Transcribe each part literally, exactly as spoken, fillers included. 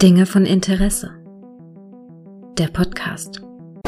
Dinge von Interesse. Der Podcast.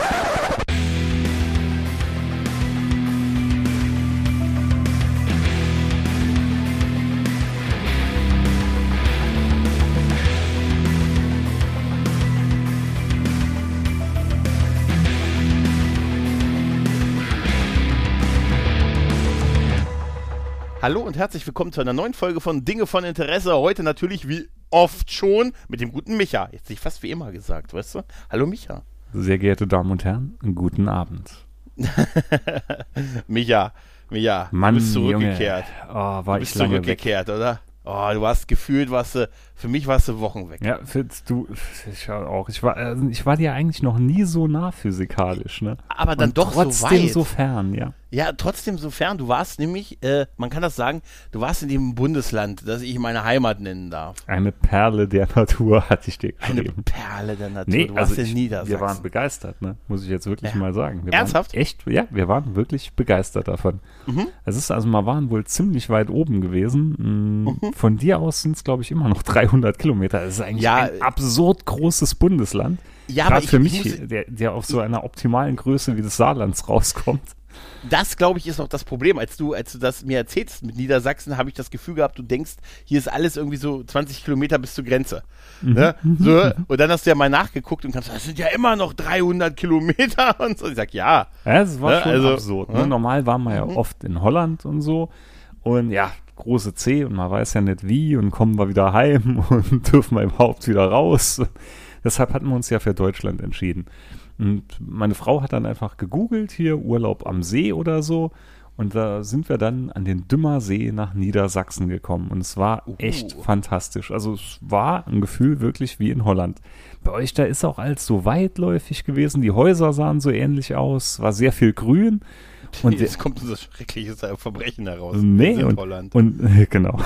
Hallo und herzlich willkommen zu einer neuen Folge von Dinge von Interesse. Heute natürlich wie oft schon mit dem guten Micha. Jetzt nicht fast wie immer gesagt, weißt du? Hallo Micha. Sehr geehrte Damen und Herren, einen guten Abend. Micha, Micha, Mann, du bist zurückgekehrt. Junge. Oh, war du bist ich lange zurückgekehrt, weg. oder? Oh, du warst gefühlt, warst du, für mich warst du Wochen weg. Ja, Fitz, du, ich auch. Ich war, also ich war dir eigentlich noch nie so nah physikalisch, ne? Aber dann und doch so weit. Trotzdem so fern, ja. Ja, trotzdem so fern. Du warst nämlich, äh, man kann das sagen, du warst in dem Bundesland, das ich meine Heimat nennen darf. Eine Perle der Natur hatte ich dir Eine geschrieben. Perle der Natur. Nee, du warst also in ich, Niedersachsen. wir waren begeistert, ne? Muss ich jetzt wirklich Ja. mal sagen. Wir Ernsthaft? Waren echt, ja, wir waren wirklich begeistert davon. Mhm. Es ist also, wir waren wohl ziemlich weit oben gewesen. Mm, Mhm. Von dir aus sind es, glaube ich, immer noch dreihundert Kilometer. Das ist eigentlich Ja, ein absurd großes Bundesland. Ja, aber Gerade ich, für ich mich, muss, der, der auf so einer optimalen Größe wie des Saarlands rauskommt. das, glaube ich, ist auch das Problem. Als du, als du das mir erzählst mit Niedersachsen, habe ich das Gefühl gehabt, du denkst, hier ist alles irgendwie so zwanzig Kilometer bis zur Grenze. Ne? So, und dann hast du ja mal nachgeguckt und kannst, das sind ja immer noch dreihundert Kilometer und so. Ich sag, ja. Ja, das war Ne, schon also, absurd. ne? Ne? Normal waren wir ja Mhm. oft in Holland und so. Und ja, große C und man weiß ja nicht wie und kommen wir wieder heim und dürfen wir überhaupt wieder raus. Deshalb hatten wir uns ja für Deutschland entschieden. Und meine Frau hat dann einfach gegoogelt, hier Urlaub am See oder so. Und da sind wir dann an den Dümmer See nach Niedersachsen gekommen. Und es war Uh. echt fantastisch. Also es war ein Gefühl wirklich wie in Holland. Bei euch, da ist auch alles so weitläufig gewesen. Die Häuser sahen so ähnlich aus. War sehr viel Grün. Und Jetzt kommt unser schreckliches Verbrechen heraus. Nee, Wir sind und, Holland. und genau.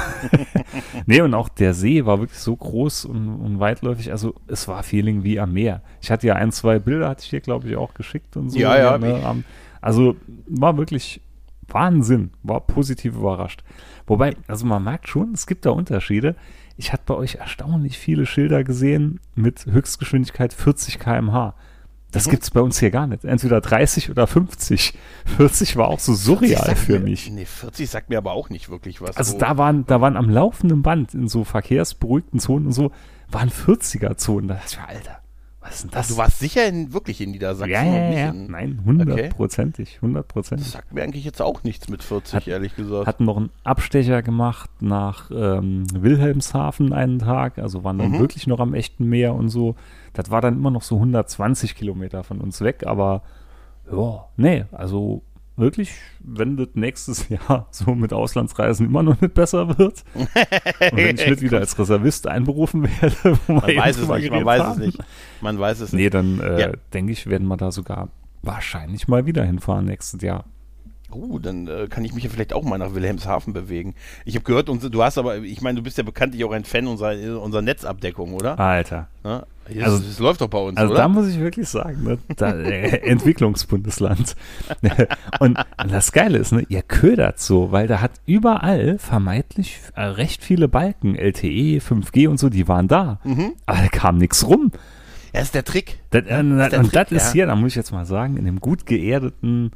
Nee, und auch der See war wirklich so groß und, und weitläufig. Also es war Feeling wie am Meer. Ich hatte ja ein, zwei Bilder, hatte ich dir, glaube ich, auch geschickt und so. Ja, ja, ne, ich- am- Also war wirklich Wahnsinn. War positiv überrascht. Wobei, also man merkt schon, es gibt da Unterschiede. Ich hatte bei euch erstaunlich viele Schilder gesehen mit Höchstgeschwindigkeit vierzig Kilometer pro Stunde. Das Mhm. gibt's bei uns hier gar nicht. Entweder dreißig oder fünfzig. vierzig war auch so surreal sagt für mir, mich. Nee, vierzig sagt mir aber auch nicht wirklich was. Also So- da waren, da waren am laufenden Band in so verkehrsberuhigten Zonen und so, waren vierziger-Zonen. Da dachte ich mir, Alter, was ist denn das? Du warst sicher in, wirklich in Niedersachsen ja, und ja, nicht ja. in, Nein, hundertprozentig, Das hundertprozentig. sagt mir eigentlich jetzt auch nichts mit vierzig, Hat- ehrlich gesagt. Hatten noch einen Abstecher gemacht nach ähm, Wilhelmshaven einen Tag, also waren dann Mhm. wirklich noch am echten Meer und so. Das war dann immer noch so hundertzwanzig Kilometer von uns weg, aber ja, nee, also wirklich, wenn das nächstes Jahr so mit Auslandsreisen immer noch nicht besser wird und wenn ich nicht wieder als Reservist einberufen werde, wo wir Man eben weiß es drüber nicht, man geredet weiß es haben. nicht. Man weiß es Nee, nicht. dann äh, Ja. denke ich, werden wir da sogar wahrscheinlich mal wieder hinfahren nächstes Jahr. Oh, dann äh, kann ich mich ja vielleicht auch mal nach Wilhelmshaven bewegen. Ich habe gehört, und du hast aber, ich meine, du bist ja bekanntlich auch ein Fan unserer, unserer Netzabdeckung, oder? Alter. Ne? Das, Also- das läuft doch bei uns, Also oder? da muss ich wirklich sagen, ne, da, äh, Entwicklungsbundesland. Und das Geile ist, ne, ihr ködert so, weil da hat überall vermeintlich äh, recht viele Balken, L T E, fünf G und so, die waren da. Mhm. Aber da kam nichts rum. Ja, ist der Trick. Das, äh, Das ist der und Trick, das ist ja. hier, da muss ich jetzt mal sagen, in dem gut geerdeten,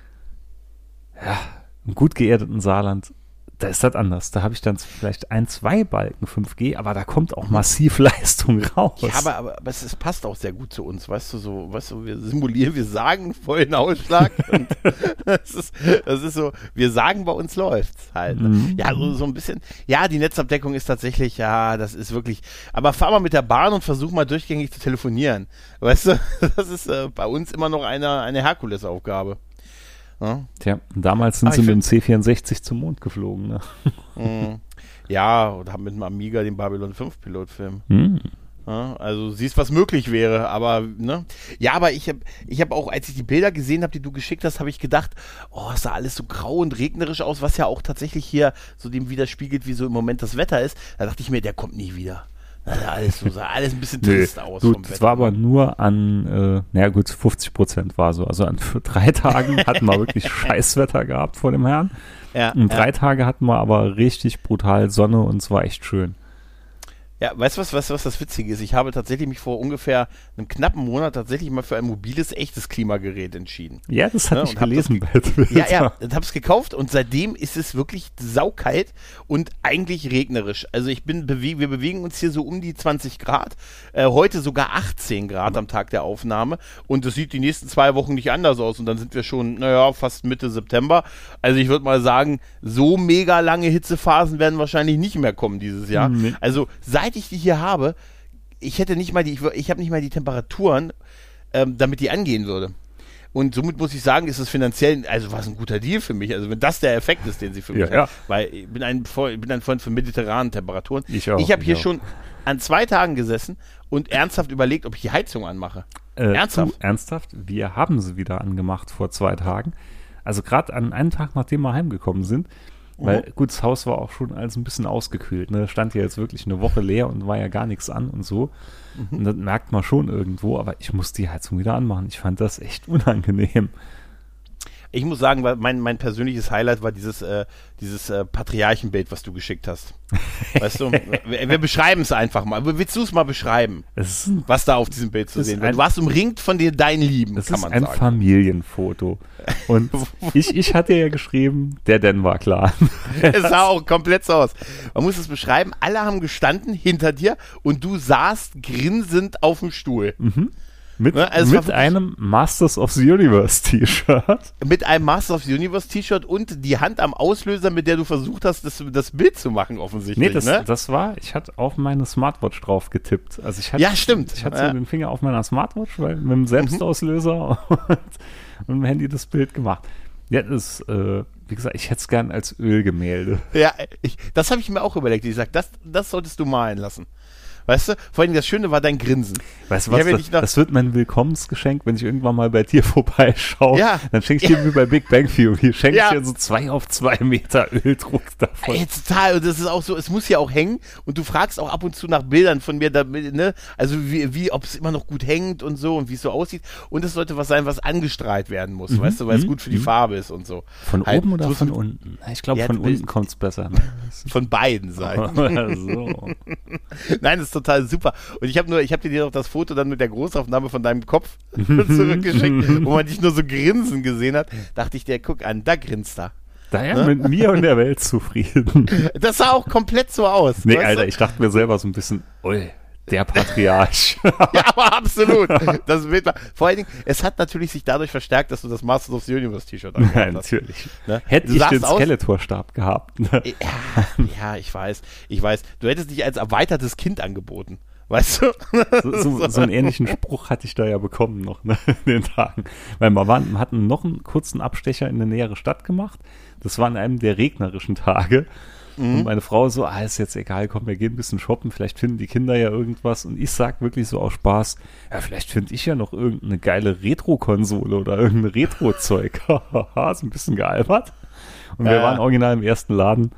ja, im gut geerdeten Saarland, da ist das anders. Da habe ich dann vielleicht ein, zwei Balken fünf G, aber da kommt auch massiv Leistung raus. Ja, aber, aber, aber es, es passt auch sehr gut zu uns, weißt du, so, weißt du, wir simulieren, wir sagen vollen Ausschlag und das ist, das ist so, wir sagen, bei uns läuft's halt. Ne? Mhm. Ja, so, so ein bisschen, ja, die Netzabdeckung ist tatsächlich, ja, das ist wirklich, aber fahr mal mit der Bahn und versuch mal durchgängig zu telefonieren, weißt du, das ist äh, bei uns immer noch eine, eine Herkulesaufgabe. Ja? Tja, damals sind Ah, sie ich mit dem find- C vierundsechzig zum Mond geflogen. Ne? Mhm. Ja, und haben mit dem Amiga den Babylon fünf Pilotfilm. Hm. Ja, also siehst, was möglich wäre, aber ne? Ja, aber ich habe ich hab auch, als ich die Bilder gesehen habe, die du geschickt hast, habe ich gedacht, oh, es sah alles so grau und regnerisch aus, was ja auch tatsächlich hier so dem widerspiegelt, wie so im Moment das Wetter ist. Da dachte ich mir, der kommt nie wieder. Das sah alles, so, sah alles ein bisschen Nö, trist aus. du, vom das Wetter. war aber nur an, äh, naja gut, fünfzig Prozent war so. Also an für drei Tagen hatten wir wirklich Scheißwetter gehabt vor dem Herrn. ja, Und drei ja. Tage hatten wir aber richtig brutal Sonne und es war echt schön. Ja, weißt du was, was, was das Witzige ist? Ich habe tatsächlich mich vor ungefähr einem knappen Monat tatsächlich mal für ein mobiles, echtes Klimagerät entschieden. Ja, das hatte ne? ich gelesen. Bei Twitter. Ja, ja, ich habe es gekauft und seitdem ist es wirklich saukalt und eigentlich regnerisch. Also ich bin, bewe- wir bewegen uns hier so um die zwanzig Grad, äh, heute sogar achtzehn Grad am Tag der Aufnahme und das sieht die nächsten zwei Wochen nicht anders aus und dann sind wir schon, naja, fast Mitte September. Also ich würde mal sagen, so mega lange Hitzephasen werden wahrscheinlich nicht mehr kommen dieses Jahr. Mhm. Also seit ich die hier habe, ich hätte nicht mal die, ich, ich habe nicht mal die Temperaturen, ähm, damit die angehen würde. Und somit muss ich sagen, ist es finanziell, also war es ein guter Deal für mich. Also wenn das der Effekt ist, den sie für mich ja, hat. Ja. Weil ich bin ein, ich bin ein Freund von mediterranen Temperaturen. Ich auch. Ich habe hier auch. schon an zwei Tagen gesessen und ernsthaft überlegt, ob ich die Heizung anmache. Äh, ernsthaft? Du, ernsthaft? Wir haben sie wieder angemacht vor zwei Tagen. Also gerade an einem Tag, nachdem wir heimgekommen sind. Weil, oh. gut, das Haus war auch schon alles ein bisschen ausgekühlt. Ne? Stand ja jetzt wirklich eine Woche leer und war ja gar nichts an und so. Mhm. Und das merkt man schon irgendwo, aber ich muss die Heizung wieder anmachen. Ich fand das echt unangenehm. Ich muss sagen, weil mein, mein persönliches Highlight war dieses, äh, dieses äh, Patriarchenbild, was du geschickt hast. Weißt du, wir, wir beschreiben es einfach mal. Willst du es mal beschreiben, es ist, was da auf diesem Bild zu sehen ist? Du warst umringt von dir deinen Lieben, kann man sagen. Es ist ein Familienfoto. Und ich, ich hatte ja geschrieben, der Denver Clan. Es sah auch komplett so aus. Man muss es beschreiben, alle haben gestanden hinter dir und du saßt grinsend auf dem Stuhl. Mhm. Mit, ne? also mit einem Masters of the Universe T-Shirt. Mit einem Masters of the Universe T-Shirt und die Hand am Auslöser, mit der du versucht hast, das, das Bild zu machen, offensichtlich. Nee, das, ne? das war, ich hatte auf meine Smartwatch drauf getippt. Also ich hatte, ja, stimmt. Ich hatte ja. so den Finger auf meiner Smartwatch, weil mit dem Selbstauslöser mhm. und, und mit dem Handy das Bild gemacht. Ja, das ist, äh, wie gesagt, ich hätte es gern als Ölgemälde. Ja, ich, das habe ich mir auch überlegt. Ich sag, das, das solltest du malen lassen. Weißt du, vor allem das Schöne war dein Grinsen. Weißt du was, das, das wird mein Willkommensgeschenk, wenn ich irgendwann mal bei dir vorbeischaue. Ja. Dann schenke ich dir ja. wie bei Big Bang Theory, schenke ja. ich dir so zwei auf zwei Meter Öldruck davon. Ey, total, und das ist auch so, es muss ja auch hängen und du fragst auch ab und zu nach Bildern von mir, damit, ne? Also wie, wie ob es immer noch gut hängt und so und wie es so aussieht und es sollte was sein, was angestrahlt werden muss, mhm. weißt du, weil es mhm. gut für die mhm. Farbe ist und so. Von halt, oben oder von unten? Ich glaube, ja, von unten kommt es besser. Ne? Von beiden Seiten. so. Nein, das ist total super. Und ich habe nur, ich habe dir noch das Foto dann mit der Großaufnahme von deinem Kopf zurückgeschickt, wo man dich nur so grinsen gesehen hat. Dachte ich dir, guck an, da grinst er. Da ja, ne? Mit mir und der Welt zufrieden. Das sah auch komplett so aus. Nee, Alter, du? Ich dachte mir selber so ein bisschen, ui, der Patriarch. Ja, aber absolut. Das wird, vor allen Dingen, es hat natürlich sich dadurch verstärkt, dass du das Masters of the Universe T-Shirt angehabt hast. Nein, natürlich. Ne? Hätte ich den Skeletor-Stab gehabt. Ne? Ja, ja, ich weiß, ich weiß. Du hättest dich als erweitertes Kind angeboten. Weißt du? So, so, so einen ähnlichen Spruch hatte ich da ja bekommen noch, ne, in den Tagen. Weil wir waren, hatten noch einen kurzen Abstecher in eine nähere Stadt gemacht. Das war an einem der regnerischen Tage. Mhm. Und meine Frau so, ah, ist jetzt egal, komm, wir gehen ein bisschen shoppen, vielleicht finden die Kinder ja irgendwas. Und ich sag wirklich so aus Spaß, ja, vielleicht finde ich ja noch irgendeine geile Retro-Konsole oder irgendein Retro-Zeug. Ist ein bisschen gealbert. Und wir ja. waren original im ersten Laden.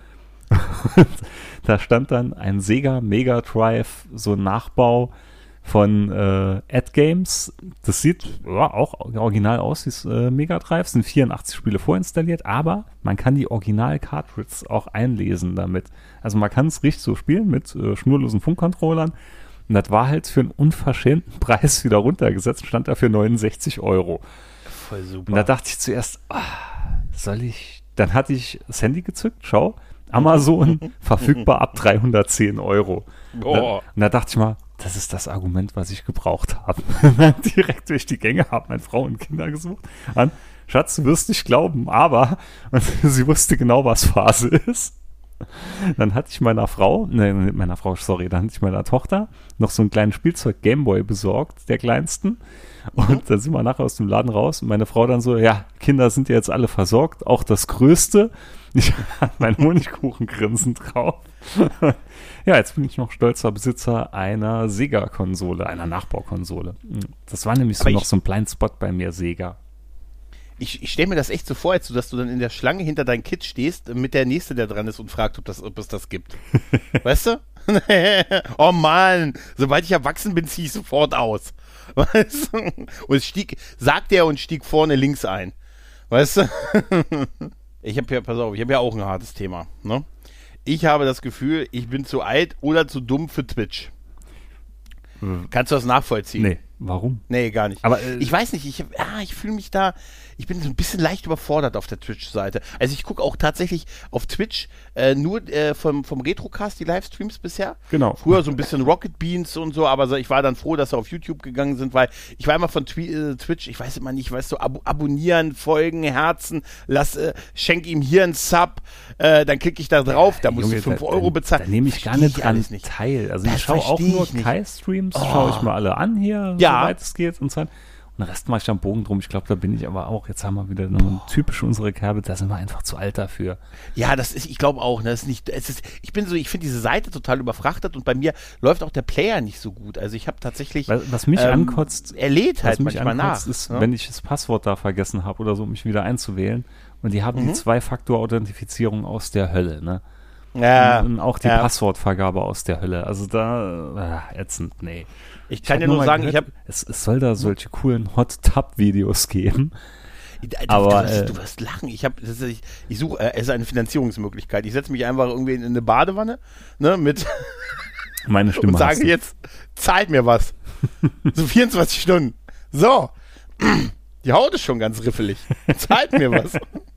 Da stand dann ein Sega Mega Drive, so ein Nachbau von äh, Ad Games. Das sieht ja, auch original aus, dieses äh, Mega Drive. Sind vierundachtzig Spiele vorinstalliert, aber man kann die Original-Cartridges auch einlesen damit. Also man kann es richtig so spielen mit äh, schnurlosen Funkcontrollern. Und das war halt für einen unverschämten Preis wieder runtergesetzt, stand da für neunundsechzig Euro. Voll super. Und da dachte ich zuerst, ah, soll ich... Dann hatte ich das Handy gezückt, schau, Amazon, verfügbar ab dreihundertzehn Euro. Oh. Da, und da dachte ich mal, das ist das Argument, was ich gebraucht habe. Direkt durch die Gänge habe meine Frau und Kinder gesucht. An, Schatz, du wirst nicht glauben, aber und sie wusste genau, was Phase ist. Dann hatte ich meiner Frau, ne, nicht meiner Frau, sorry, dann hatte ich meiner Tochter noch so einen kleinen Spielzeug Gameboy besorgt, der kleinsten. Und dann sind wir nachher aus dem Laden raus und meine Frau dann so, ja, Kinder sind ja jetzt alle versorgt, auch das Größte. Ich hatte mein Honigkuchengrinsen drauf. Ja, jetzt bin ich noch stolzer Besitzer einer Sega-Konsole, einer Nachbaukonsole. Das war nämlich so noch so ein Blind Spot bei mir, Sega. Ich, ich stelle mir das echt so vor, als du, dass du dann in der Schlange hinter deinem Kind stehst, mit der Nächste, der dran ist und fragt, ob, das, ob es das gibt. Weißt du? Oh Mann, sobald ich erwachsen bin, ziehe ich sofort aus. Weißt du? Und es stieg, sagte er und stieg vorne links ein. Weißt du? Ich habe ja, pass auf, ich habe ja auch ein hartes Thema. Ne? ich habe das Gefühl, ich bin zu alt oder zu dumm für Twitch. Hm. Kannst du das nachvollziehen? Nee, warum? Nee, gar nicht. Aber, äh, ich weiß nicht, ich, ah, ich fühle mich da, ich bin so ein bisschen leicht überfordert auf der Twitch-Seite. Also ich gucke auch tatsächlich auf Twitch äh, nur äh, vom, vom Retrocast die Livestreams bisher. Genau. Früher so ein bisschen Rocket Beans und so, aber so, ich war dann froh, dass sie auf YouTube gegangen sind, weil ich war immer von Twi- äh, Twitch, ich weiß immer nicht, weißt du, ab- abonnieren, folgen, Herzen, lass, äh, schenk ihm hier einen Sub, äh, dann klicke ich da drauf, da musst Junge, du fünf da, Euro bezahlen. Da nehme ich gar Versteh nicht ich dran alles nicht. teil. Also Das ich schaue auch versteh nur ich nicht. Kai-Streams, Oh. schaue ich mir alle an hier, Ja. soweit es geht und so. Und den Rest mache ich dann Bogen drum. Ich glaube, da bin ich aber auch, jetzt haben wir wieder eine typische unsere Kerbe, da sind wir einfach zu alt dafür. Ja, das ist, ich glaube auch, ne, das ist nicht, es ist, ich bin so, ich finde diese Seite total überfrachtet und bei mir läuft auch der Player nicht so gut. Also ich habe tatsächlich, Was, was mich ähm, ankotzt, er lädt halt was mich manchmal ankotzt, nach. ist, ne? wenn ich das Passwort da vergessen habe oder so, um mich wieder einzuwählen. Und die haben Mhm. die Zwei-Faktor-Authentifizierung aus der Hölle, ne? ja, Und auch die ja. Passwortvergabe aus der Hölle. Also da, äh, ätzend, nee. Ich kann hab dir nur mal sagen, gehört, ich habe es, es soll da solche coolen Hot-Tub-Videos geben. Du, Aber, du, wirst, äh, du wirst lachen. Ich habe, ich, ich suche, äh, es ist eine Finanzierungsmöglichkeit. Ich setze mich einfach irgendwie in, in eine Badewanne, ne, mit Meine Stimme und hast sage du. jetzt, zahlt mir was. So vierundzwanzig Stunden. So, die Haut ist schon ganz riffelig. Zahlt mir was.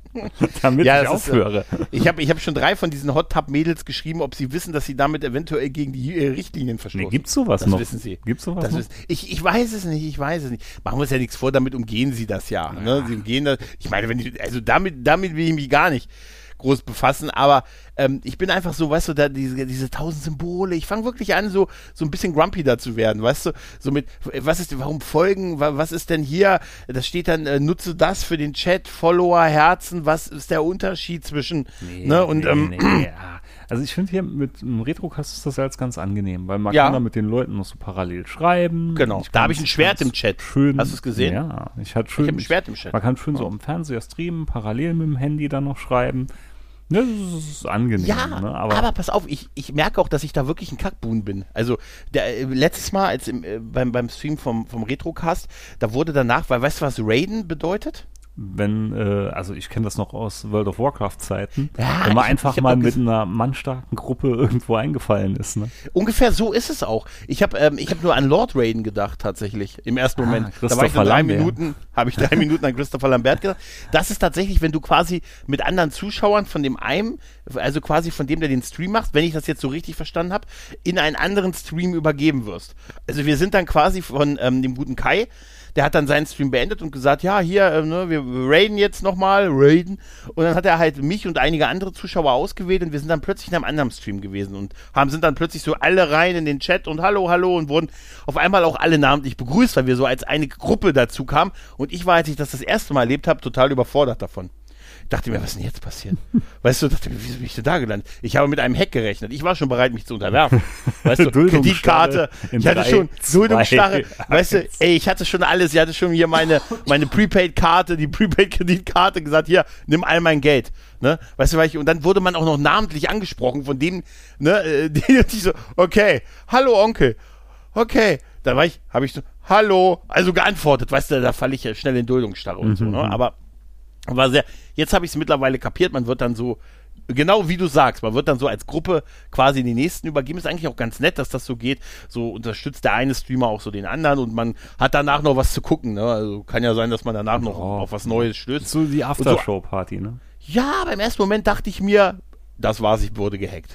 Damit Ja, ich das ist, aufhöre. Ich habe ich hab schon drei von diesen Hot Tub Mädels geschrieben, ob sie wissen, dass sie damit eventuell gegen die äh, Richtlinien verstoßen. Nee, gibt's sowas das noch? wissen sie. Gibt's sowas Das noch? wissen, ich, ich weiß es nicht, ich weiß es nicht. Machen wir uns ja nichts vor, damit umgehen sie das ja. Ne? Sie umgehen das. Ich meine, wenn ich, also damit, damit will ich mich gar nicht groß befassen, aber ähm, ich bin einfach so, weißt du, da diese, diese tausend Symbole, ich fange wirklich an, so, so ein bisschen grumpy da zu werden, weißt du, so mit, was ist, warum folgen, wa, was ist denn hier, da steht dann, äh, nutze das für den Chat, Follower, Herzen, was ist der Unterschied zwischen, Nee, ne, und, nee, ähm, nee, ja. Also ich finde hier mit einem Retrocast ist das ja jetzt ganz angenehm, weil man Ja. kann da mit den Leuten noch so parallel schreiben. Genau, da kann habe ich ein es Schwert ganz im Chat. Schön, Hast du es gesehen? Ja, ich hatte schön. Ich habe ein Schwert im Chat. Man kann schön so am Fernseher streamen, parallel mit dem Handy dann noch schreiben. Ne, das ist angenehm. Ja, ne? aber, aber, pass auf, ich, ich merke auch, dass ich da wirklich ein Kackbuhn bin. Also der, äh, letztes Mal als im, äh, beim, beim Stream vom, vom Retrocast, da wurde danach, weil weißt du, was Raiden bedeutet? wenn, äh, also ich kenne das noch aus World of Warcraft-Zeiten, Ja, wenn man ich- einfach ich hab mal auch mit ges- einer mannstarken Gruppe irgendwo eingefallen ist. Ne? Ungefähr so ist es auch. Ich habe ähm, ich hab nur an Lord Raiden gedacht, tatsächlich, im ersten Ah, Moment. Da war ich Christopher nur drei Lambert. Minuten, habe ich drei Minuten an Christopher Lambert gedacht. Das ist tatsächlich, wenn du quasi mit anderen Zuschauern von dem einen, also quasi von dem, der den Stream macht, wenn ich das jetzt so richtig verstanden habe, in einen anderen Stream übergeben wirst. Also wir sind dann quasi von ähm, dem guten Kai, der hat dann seinen Stream beendet und gesagt, ja, hier, äh, ne, wir raiden jetzt nochmal, raiden. Und dann hat er halt mich und einige andere Zuschauer ausgewählt und wir sind dann plötzlich in einem anderen Stream gewesen und haben, sind dann plötzlich so alle rein in den Chat und hallo, hallo und wurden auf einmal auch alle namentlich begrüßt, weil wir so als eine Gruppe dazu kamen. Und ich war, als ich das das erste Mal erlebt habe, total überfordert davon. Ich dachte mir, was ist denn jetzt passiert? Weißt du, dachte mir, wieso bin ich denn da gelandet? Ich habe mit einem Hack gerechnet. Ich war schon bereit, mich zu unterwerfen. Weißt du, Kreditkarte, in ich hatte drei, schon Duldungsstarre. zwei, Weißt du, ey, ich hatte schon alles. Ich hatte schon hier meine, meine Prepaid-Karte, die Prepaid-Kreditkarte gesagt, hier, nimm all mein Geld. Ne? Weißt du, weil ich, und dann wurde man auch noch namentlich angesprochen von dem, ne, äh, die, die so, okay, hallo Onkel, okay. Da war ich, habe ich so, hallo, also geantwortet, weißt du, da falle ich ja schnell in Duldungsstarre und so, ne? Aber war sehr, jetzt habe ich es mittlerweile kapiert, man wird dann so, genau wie du sagst, man wird dann so als Gruppe quasi in die nächsten übergeben. Ist eigentlich auch ganz nett, dass das so geht. So unterstützt der eine Streamer auch so den anderen und man hat danach noch was zu gucken. Ne? Also kann ja sein, dass man danach noch Oh. auf was Neues stößt. So die Aftershow-Party, ne? Ja, aber im ersten Moment dachte ich mir, das war's, ich wurde gehackt.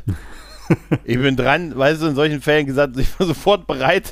Ich bin dran, weißt du, in solchen Fällen gesagt, ich war sofort bereit,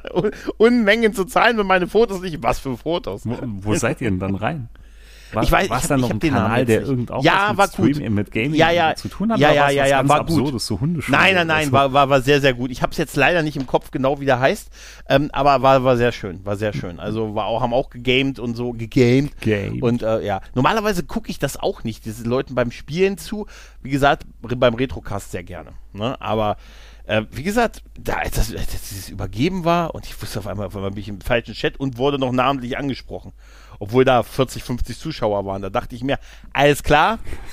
Unmengen zu zahlen für meine Fotos nicht. Was für Fotos? Wo, wo seid ihr denn dann rein? War, Ich weiß, war ich es hab- dann ich noch hab ein den Namen Kanal, jetzt der nicht. irgend auch Ja, was mit war gut. Stream, mit Gaming Ja, ja, zu tun hat? ja, oder ja, war es ja, was ja, ganz war gut. Absurdes, so Hundeschule? Nein, nein, nein, Also, war, war, war sehr, sehr gut. Ich habe es jetzt leider nicht im Kopf genau, wie der heißt, ähm, aber war, war sehr schön, war sehr schön. Also war auch, haben auch gegamed und so, gegamed. Gamed. Und äh, ja, normalerweise gucke ich das auch nicht, diese Leuten beim Spielen zu. Wie gesagt, beim Retrocast sehr gerne. Ne? Aber äh, wie gesagt, da, als, das, als dieses Übergeben war und ich wusste auf einmal, auf einmal bin ich im falschen Chat und wurde noch namentlich angesprochen. Obwohl da vierzig, fünfzig Zuschauer waren. Da dachte ich mir, alles klar,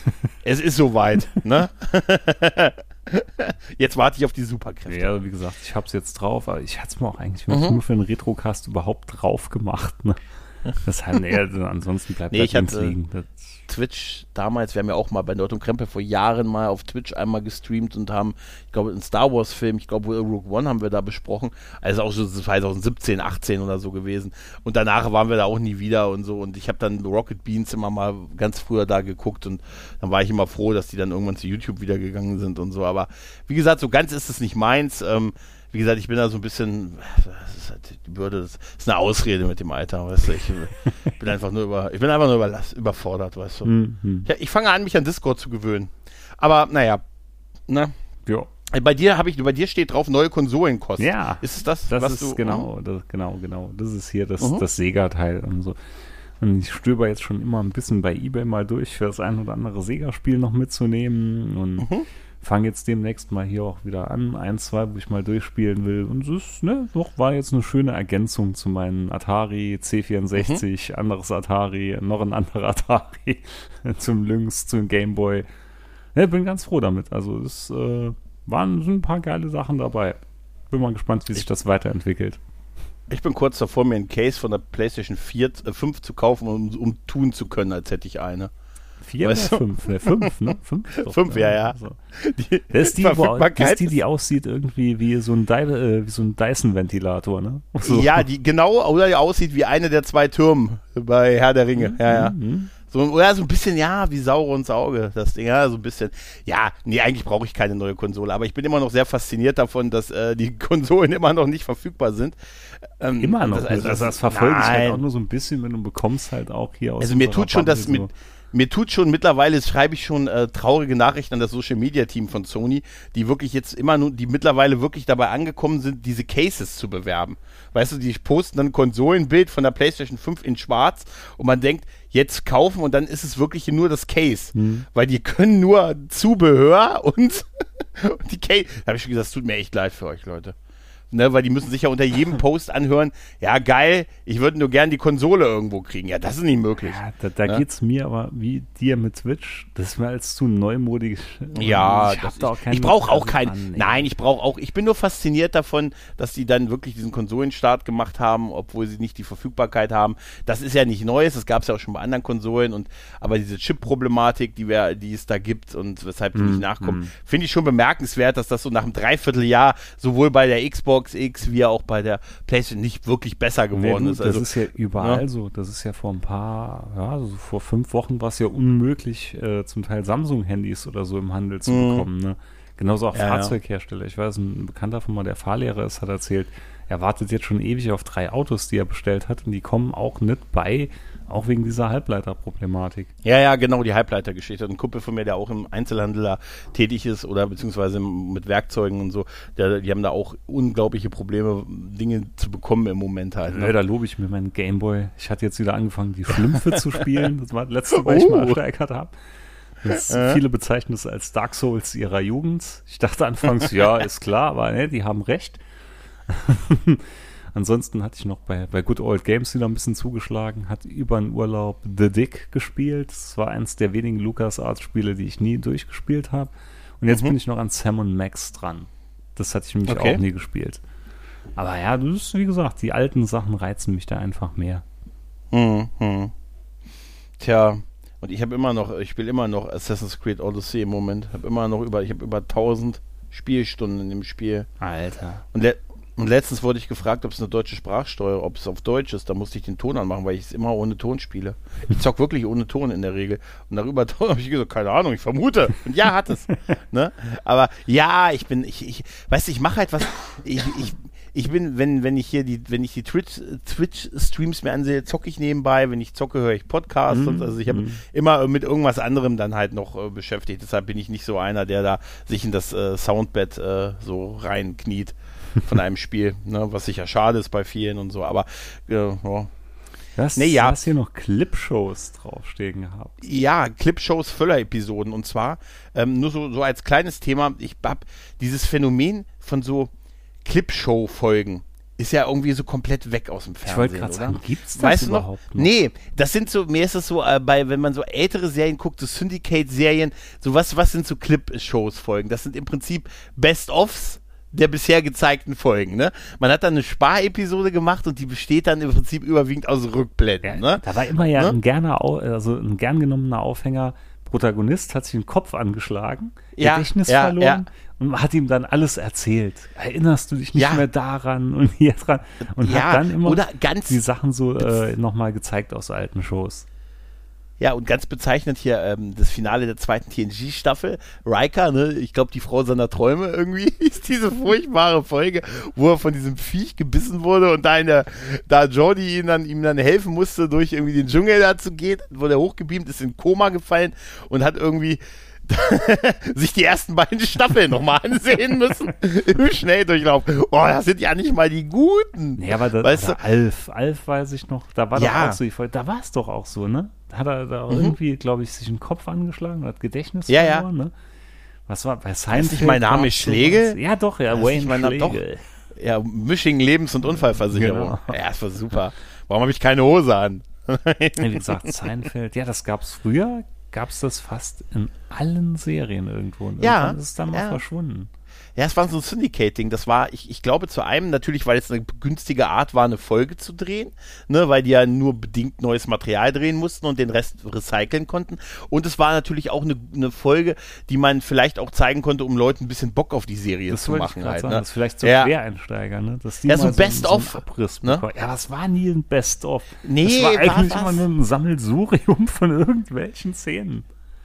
es ist soweit. Ne? Jetzt warte ich auf die Superkräfte. Ja, wie gesagt, ich hab's jetzt drauf, aber ich hatte es mir auch eigentlich Mhm. nur für einen Retrocast überhaupt drauf gemacht. Ne? Das halt, nee, also ansonsten bleibt nee, halt ich hatte, liegen. Das Twitch damals, wir haben ja auch mal bei Nerd und Krempel vor Jahren mal auf Twitch einmal gestreamt und haben, ich glaube, einen Star Wars Film, ich glaube, Rogue One haben wir da besprochen, also auch so zwanzig siebzehn, achtzehn oder so gewesen und danach waren wir da auch nie wieder und so und ich habe dann Rocket Beans immer mal ganz früher da geguckt und dann war ich immer froh, dass die dann irgendwann zu YouTube wieder gegangen sind und so, aber wie gesagt, so ganz ist es nicht meins, ähm, wie gesagt, ich bin da so ein bisschen, das ist halt die Bürde, das ist eine Ausrede mit dem Alter, weißt du, ich bin einfach nur über, ich bin einfach nur überlass, überfordert, weißt du. Mhm. Ja, ich fange an, mich an Discord zu gewöhnen. Aber, naja, ne? Ja. Bei dir habe ich, bei dir steht drauf, neue Konsolen kosten. Ja. Ist es das, Das was ist du, genau, das, genau, genau. Das ist hier das, Mhm. das Sega-Teil und so. Und ich stöber jetzt schon immer ein bisschen bei eBay mal durch, für das ein oder andere Sega-Spiel noch mitzunehmen und Mhm. fange jetzt demnächst mal hier auch wieder an. Eins, zwei, wo ich mal durchspielen will. Und es ist, ne, doch, war jetzt eine schöne Ergänzung zu meinen Atari C vierundsechzig, mhm. anderes Atari, noch ein anderer Atari, zum Lynx, zum Gameboy. Ne, bin ganz froh damit. Also es äh, waren so ein paar geile Sachen dabei. Bin mal gespannt, wie sich das weiterentwickelt. Ich bin kurz davor, mir ein Case von der PlayStation vier, äh, fünf zu kaufen, um, um tun zu können, als hätte ich eine. Vier weißt oder fünf? Ne, fünf, ne? Fünf, doch, fünf ja, ja. Also. Die, das, ist die, wo, das ist die, die aussieht irgendwie wie so ein, Dy- äh, wie so ein Dyson-Ventilator, ne? So. Ja, die genau, oder die aussieht wie eine der zwei Türme bei Herr der Ringe. Mhm. Ja, ja. Mhm. So, oder so ein bisschen, ja, wie Saurons Auge, das Ding, ja, so ein bisschen. Ja, nee, eigentlich brauche ich keine neue Konsole, aber ich bin immer noch sehr fasziniert davon, dass äh, die Konsolen immer noch nicht verfügbar sind. Ähm, immer noch, das, also das, das verfolge ich halt auch nur so ein bisschen, wenn du bekommst halt auch hier aus. Also mir tut schon das mit, mir tut schon mittlerweile, schreibe ich schon äh, traurige Nachrichten an das Social Media Team von Sony, die wirklich jetzt immer nur, die mittlerweile wirklich dabei angekommen sind, diese Cases zu bewerben. Weißt du, die posten dann ein Konsolenbild von der PlayStation fünf in schwarz und man denkt, jetzt kaufen und dann ist es wirklich nur das Case. Hm. Weil die können nur Zubehör und, und die Case. Da habe ich schon gesagt, es tut mir echt leid für euch, Leute. Ne, weil die müssen sich ja unter jedem Post anhören, ja geil, ich würde nur gern die Konsole irgendwo kriegen. Ja, das ist nicht möglich. Ja, da da ne? geht es mir aber wie dir mit Twitch, das ist mir als zu neumodig. Ja, ich, das, ich, ich brauche auch keinen, nein, ich brauche auch, ich bin nur fasziniert davon, dass die dann wirklich diesen Konsolenstart gemacht haben, obwohl sie nicht die Verfügbarkeit haben. Das ist ja nicht Neues, das gab es ja auch schon bei anderen Konsolen, und aber diese Chip-Problematik, die, wir, die es da gibt und weshalb die mm, nicht nachkommen, mm. finde ich schon bemerkenswert, dass das so nach einem Dreivierteljahr sowohl bei der Xbox X wie auch bei der PlayStation nicht wirklich besser geworden nee, ist. Das also, ist ja überall ja. so. Das ist ja vor ein paar, ja, also vor fünf Wochen war es ja unmöglich, äh, zum Teil Samsung-Handys oder so im Handel zu mhm. bekommen. Ne? Genauso auch ja, Fahrzeughersteller. Ich weiß, ein Bekannter von mir, der Fahrlehrer ist, hat erzählt, er wartet jetzt schon ewig auf drei Autos, die er bestellt hat, und die kommen auch nicht bei, auch wegen dieser Halbleiterproblematik. Ja, ja, genau, die Halbleitergeschichte. Ein Kumpel von mir, der auch im Einzelhandel da tätig ist oder beziehungsweise mit Werkzeugen und so, der, die haben da auch unglaubliche Probleme, Dinge zu bekommen im Moment halt. Ne? Ja, da lobe ich mir meinen Gameboy. Ich hatte jetzt wieder angefangen, die Schlümpfe zu spielen. Das war das letzte, was ich mal ersteigert habe. Äh? Viele bezeichnen das als Dark Souls ihrer Jugend. Ich dachte anfangs, ja, ist klar, aber ne, die haben recht. Ansonsten hatte ich noch bei, bei Good Old Games wieder ein bisschen zugeschlagen, hat über einen Urlaub The Dick gespielt. Das war eins der wenigen LucasArts-Spiele, die ich nie durchgespielt habe. Und jetzt mhm. bin ich noch an Sam und Max dran. Das hatte ich nämlich okay. auch nie gespielt. Aber ja, das ist, wie gesagt, die alten Sachen reizen mich da einfach mehr. Mhm. Tja, und ich habe immer noch, ich spiele immer noch Assassin's Creed Odyssey im Moment. Hab immer noch über, ich habe über tausend Spielstunden in dem Spiel. Alter. Und le- Und letztens wurde ich gefragt, ob es eine deutsche Sprachsteuer, ob es auf Deutsch ist. Da musste ich den Ton anmachen, weil ich es immer ohne Ton spiele. Ich zock wirklich ohne Ton in der Regel. Und darüber habe ich gesagt, keine Ahnung, ich vermute. Und ja, hat es. Ne? Aber ja, ich bin, ich, ich weißt du, ich mache halt was, ich, ich, ich bin, wenn, wenn ich hier die, wenn ich die Twitch, Twitch-Streams mir ansehe, zocke ich nebenbei. Wenn ich zocke, höre ich Podcasts. Mm, und also ich habe mm. immer mit irgendwas anderem dann halt noch äh, beschäftigt. Deshalb bin ich nicht so einer, der da sich in das äh, Soundbed äh, so reinkniet von einem Spiel, ne, was sicher schade ist bei vielen und so, aber äh, ja. Was, nee, ja. Du hast hier noch Clipshows draufstehen gehabt. Ja, Clipshows, Füller-Episoden, und zwar ähm, nur so, so als kleines Thema, ich hab dieses Phänomen von so Clipshow-Folgen ist ja irgendwie so komplett weg aus dem Fernsehen, ich wollte gerade oder? sagen, gibt's das weißt überhaupt noch? noch? Nee, das sind so, mir ist es so, äh, bei, wenn man so ältere Serien guckt, so Syndicate-Serien, so was, was sind so Clip-Shows-Folgen? Das sind im Prinzip Best-ofs, der bisher gezeigten Folgen, ne? Man hat dann eine Sparepisode gemacht und die besteht dann im Prinzip überwiegend aus Rückblenden, ja, ne? Da war immer ja ne? ein gerne, also ein gern genommener Aufhänger. Protagonist hat sich den Kopf angeschlagen, ja, Gedächtnis ja, verloren ja. und hat ihm dann alles erzählt. Erinnerst du dich nicht ja. mehr daran und hier dran? Und ja, hat dann immer oder ganz die Sachen so äh, nochmal gezeigt aus alten Shows. Ja, und ganz bezeichnend hier ähm, das Finale der zweiten T N G-Staffel. Riker, ne, ich glaube, die Frau seiner Träume irgendwie, ist diese furchtbare Folge, wo er von diesem Viech gebissen wurde und da, in der, da Geordi ihm dann, ihm dann helfen musste, durch irgendwie den Dschungel da zu gehen, wurde er hochgebeamt, ist in Koma gefallen und hat irgendwie sich die ersten beiden Staffeln nochmal ansehen müssen im Schnelldurchlauf. Oh, das sind ja nicht mal die Guten. Nee, aber da, weißt du? Alf, Alf weiß ich noch, da war ja. doch auch so, die Folge, da war es doch auch so, ne? Da hat er da mhm. irgendwie, glaube ich, sich den Kopf angeschlagen und hat Gedächtnis ja, verloren, ja. ne? Was war bei Seinfeld? Ist nicht mein Name Schlegel? Ja, doch, ja, das Wayne mein Name, Schlegel. Doch. Ja, Misching Lebens- und Unfallversicherung. Genau. Ja, das war super. Warum habe ich keine Hose an? Wie gesagt, Seinfeld, ja, das gab's früher, gab es das fast in allen Serien irgendwo. Und ja. irgendwann ist es dann mal ja. verschwunden. Ja, es war so ein Syndicating. Das war, ich, ich glaube, zu einem natürlich, weil es eine günstige Art war, eine Folge zu drehen, ne, weil die ja nur bedingt neues Material drehen mussten und den Rest recyceln konnten. Und es war natürlich auch eine, eine Folge, die man vielleicht auch zeigen konnte, um Leuten ein bisschen Bock auf die Serie das zu machen. Halt, sagen, ne? Das ist vielleicht so ja. Quereinsteiger, ne? Dass die ja, mal so ein so, Best-of. So Abriss ne? bekommen. Ja, das war nie ein Best-of. Nee, das war eigentlich war immer nur ein Sammelsurium von irgendwelchen Szenen.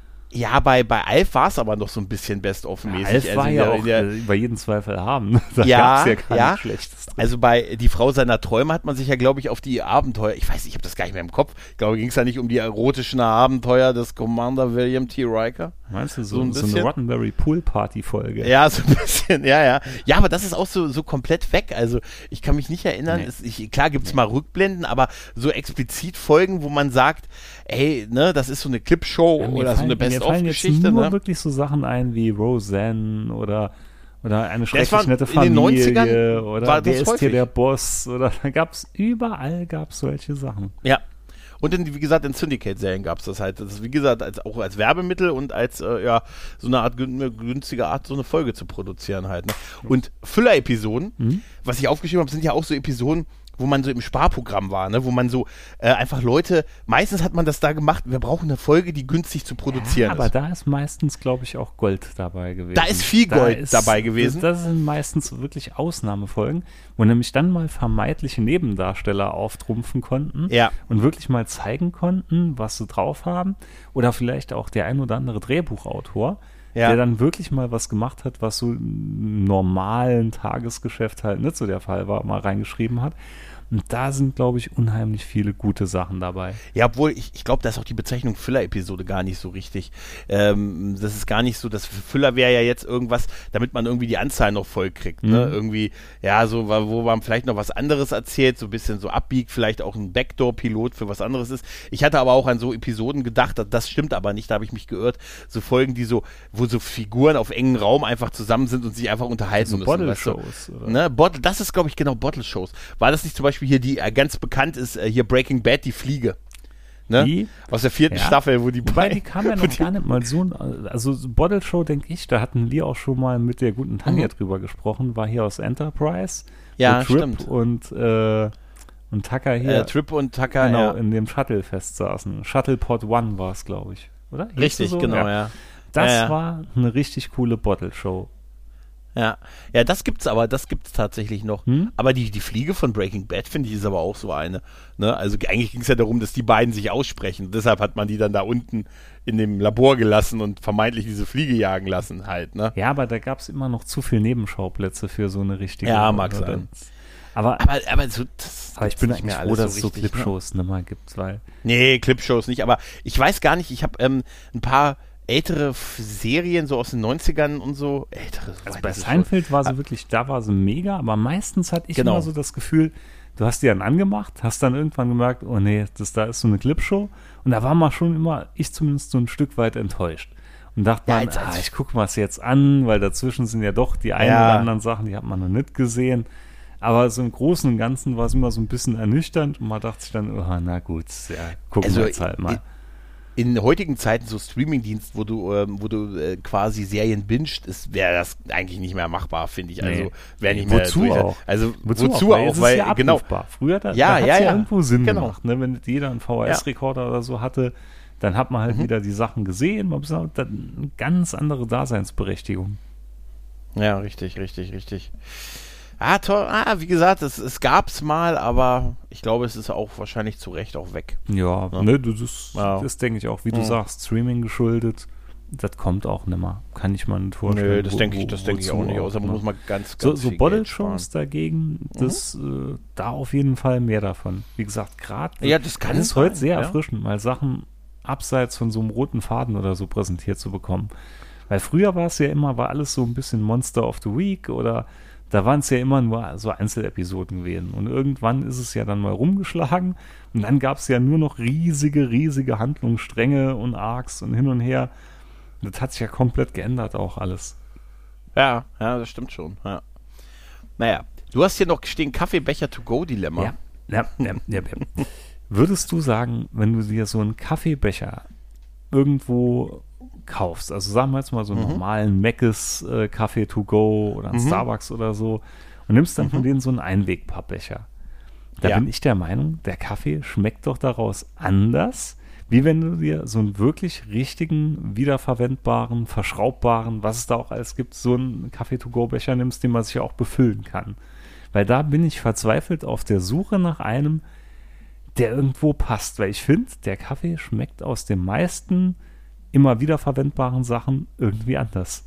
Ja, bei, bei Alf war es aber noch so ein bisschen Best-of-mäßig. Ja, Alf also war ja der, auch der, äh, bei jedem Zweifel haben. Da ja, gab's ja gar ja. nichts Schlechtes drin. Also bei Die Frau seiner Träume hat man sich ja, glaube ich, auf die Abenteuer, ich weiß, ich habe das gar nicht mehr im Kopf, ich glaube, ging es ja nicht um die erotischen Abenteuer des Commander William T. Riker. Meinst du, so, so, ein so bisschen? eine Roddenberry Pool Party Folge? Ja, so ein bisschen, ja, ja. Ja, aber das ist auch so, so komplett weg. Also ich kann mich nicht erinnern. Nee. Es, ich, klar gibt's nee. mal Rückblenden, aber so explizit Folgen, wo man sagt, ey, ne, das ist so eine Clipshow ja, oder fallen, so eine Best-of-Geschichte. Mir fallen jetzt nur ne? wirklich so Sachen ein wie Roseanne oder oder eine schrecklich war, nette in den Familie neunzigern oder war wer das ist häufig. hier der Boss oder da gab's überall gab's solche Sachen. Ja. Und in, wie gesagt, in Syndicate-Serien gab es das halt. Das ist, wie gesagt, als, auch als Werbemittel und als, äh, ja, so eine Art eine günstige Art, so eine Folge zu produzieren halt. Ne? Und Füller-Episoden, mhm. was ich aufgeschrieben habe, sind ja auch so Episoden, wo man so im Sparprogramm war, ne? Wo man so äh, einfach Leute, meistens hat man das da gemacht, wir brauchen eine Folge, die günstig zu produzieren ja, aber ist. da ist meistens, glaube ich, auch Gold dabei gewesen. Da ist viel Gold da ist, dabei gewesen. Das, das sind meistens wirklich Ausnahmefolgen, wo nämlich dann mal vermeintliche Nebendarsteller auftrumpfen konnten ja. und wirklich mal zeigen konnten, was sie drauf haben. Oder vielleicht auch der ein oder andere Drehbuchautor, ja. der dann wirklich mal was gemacht hat, was so im normalen Tagesgeschäft halt nicht so der Fall war, mal reingeschrieben hat. Und da sind, glaube ich, unheimlich viele gute Sachen dabei. Ja, obwohl, ich, ich glaube, da ist auch die Bezeichnung Füller-Episode gar nicht so richtig. Ähm, das ist gar nicht so, das Füller wäre ja jetzt irgendwas, damit man irgendwie die Anzahl noch voll kriegt. Ne? Mhm. Irgendwie, ja, so, wo man vielleicht noch was anderes erzählt, so ein bisschen so abbiegt, vielleicht auch ein Backdoor-Pilot für was anderes ist. Ich hatte aber auch an so Episoden gedacht, das stimmt aber nicht, da habe ich mich geirrt. So Folgen, die so, wo so Figuren auf engen Raum einfach zusammen sind und sich einfach unterhalten so müssen. Bottle-Shows. Weißt du? Ne? Bottle, das ist, glaube ich, genau Bottle-Shows. War das nicht zum Beispiel hier, die äh, ganz bekannt ist, äh, hier Breaking Bad, die Fliege. Ne? Die? Aus der vierten ja. Staffel, wo die Wobei, die kam ja noch gar nicht mal so, also Bottle Show, denke ich, da hatten wir auch schon mal mit der guten Tanja mhm. drüber gesprochen, war hier aus Enterprise. Ja, Trip stimmt. Und, äh, und Tucker hier. Äh, Trip und Tucker, genau, ja. in dem Shuttle festsaßen. Shuttlepod One war es, glaube ich, oder? Hieß richtig, so? genau, ja. ja. Das ja, ja. war eine richtig coole Bottle Show. Ja, ja, das gibt's aber, das gibt's tatsächlich noch. Hm? Aber die, die Fliege von Breaking Bad, finde ich, ist aber auch so eine. Ne? Also eigentlich ging es ja darum, dass die beiden sich aussprechen. Deshalb hat man die dann da unten in dem Labor gelassen und vermeintlich diese Fliege jagen lassen halt. Ne? Ja, aber da gab es immer noch zu viel Nebenschauplätze für so eine richtige. Ja, mag sein. Aber, aber, aber, so, das, aber ich bin eigentlich froh, dass es so, so Clipshows ne? nicht mehr gibt, weil. Nee, Clipshows nicht, aber ich weiß gar nicht, ich habe ähm, ein paar ältere Serien, so aus den neunzigern und so. Ältere, also bei Seinfeld war sie wirklich, da war sie mega, aber meistens hatte ich genau. immer so das Gefühl, du hast die dann angemacht, hast dann irgendwann gemerkt, oh nee, das da ist so eine Clipshow und da war man schon immer, ich zumindest so ein Stück weit enttäuscht. Und dachte ja, man, als, als ah, ich gucke mal es jetzt an, weil dazwischen sind ja doch die einen ja. oder anderen Sachen, die hat man noch nicht gesehen. Aber so im Großen und Ganzen war es immer so ein bisschen ernüchternd und man dachte sich dann, oh, na gut, ja, gucken also, wir jetzt halt mal. in heutigen Zeiten so Streamingdienst, wo du, ähm, wo du äh, quasi Serien bingst, wäre das eigentlich nicht mehr machbar, finde ich. Also Nee. wäre nicht Wozu mehr auch? Also Wozu, wozu, auch? auch? Es ist Weil, ja genau. abrufbar. Früher, da, Ja, da hat es ja, ja, ja. irgendwo Sinn Genau. gemacht. Ne? Wenn jeder einen V H S-Rekorder oder so hatte, dann hat man halt Mhm. wieder die Sachen gesehen. Man hat dann eine ganz andere Daseinsberechtigung. Ja, richtig, richtig, richtig. Ah, toll. Ah, wie gesagt, es, es gab es mal, aber ich glaube, es ist auch wahrscheinlich zu Recht auch weg. Ja, Ja. ne, das ist, Ja. das denke ich auch, wie du Mhm. sagst, Streaming geschuldet. Das kommt auch nimmer. Kann ich mir nicht vorstellen. Nö, das wo- denke ich, wo- das denke ich wozu auch nicht. Außer man ne? muss mal ganz, So, ganz so viel Bottle-Shows Geld dagegen, das, äh, da auf jeden Fall mehr davon. Wie gesagt, gerade sparen. Ja, das kann es ist heute sein, sehr ja. erfrischend, mal Sachen abseits von so einem roten Faden oder so präsentiert zu bekommen. Weil früher war es ja immer, war alles so ein bisschen Monster of the Week oder da waren es ja immer nur so Einzelepisoden gewesen. Und irgendwann ist es ja dann mal rumgeschlagen und dann gab es ja nur noch riesige, riesige Handlungsstränge und Arcs und hin und her. Das hat sich ja komplett geändert auch alles. Ja, ja, das stimmt schon. Ja. Naja, du hast hier noch stehen Kaffeebecher-to-go-Dilemma. Ja, ja, ja, ja, ja. Würdest du sagen, wenn du dir so einen Kaffeebecher irgendwo kaufst, also sagen wir jetzt mal so einen Mhm. normalen Mc's äh, Kaffee to go oder einen Mhm. Starbucks oder so und nimmst dann von Mhm. denen so einen Einwegpappbecher. Da Ja. bin ich der Meinung, der Kaffee schmeckt doch daraus anders, wie wenn du dir so einen wirklich richtigen, wiederverwendbaren, verschraubbaren, was es da auch alles gibt, so einen Kaffee-to-go-Becher nimmst, den man sich ja auch befüllen kann. Weil da bin ich verzweifelt auf der Suche nach einem, der irgendwo passt. Weil ich finde, der Kaffee schmeckt aus den meisten immer wiederverwendbaren Sachen irgendwie anders.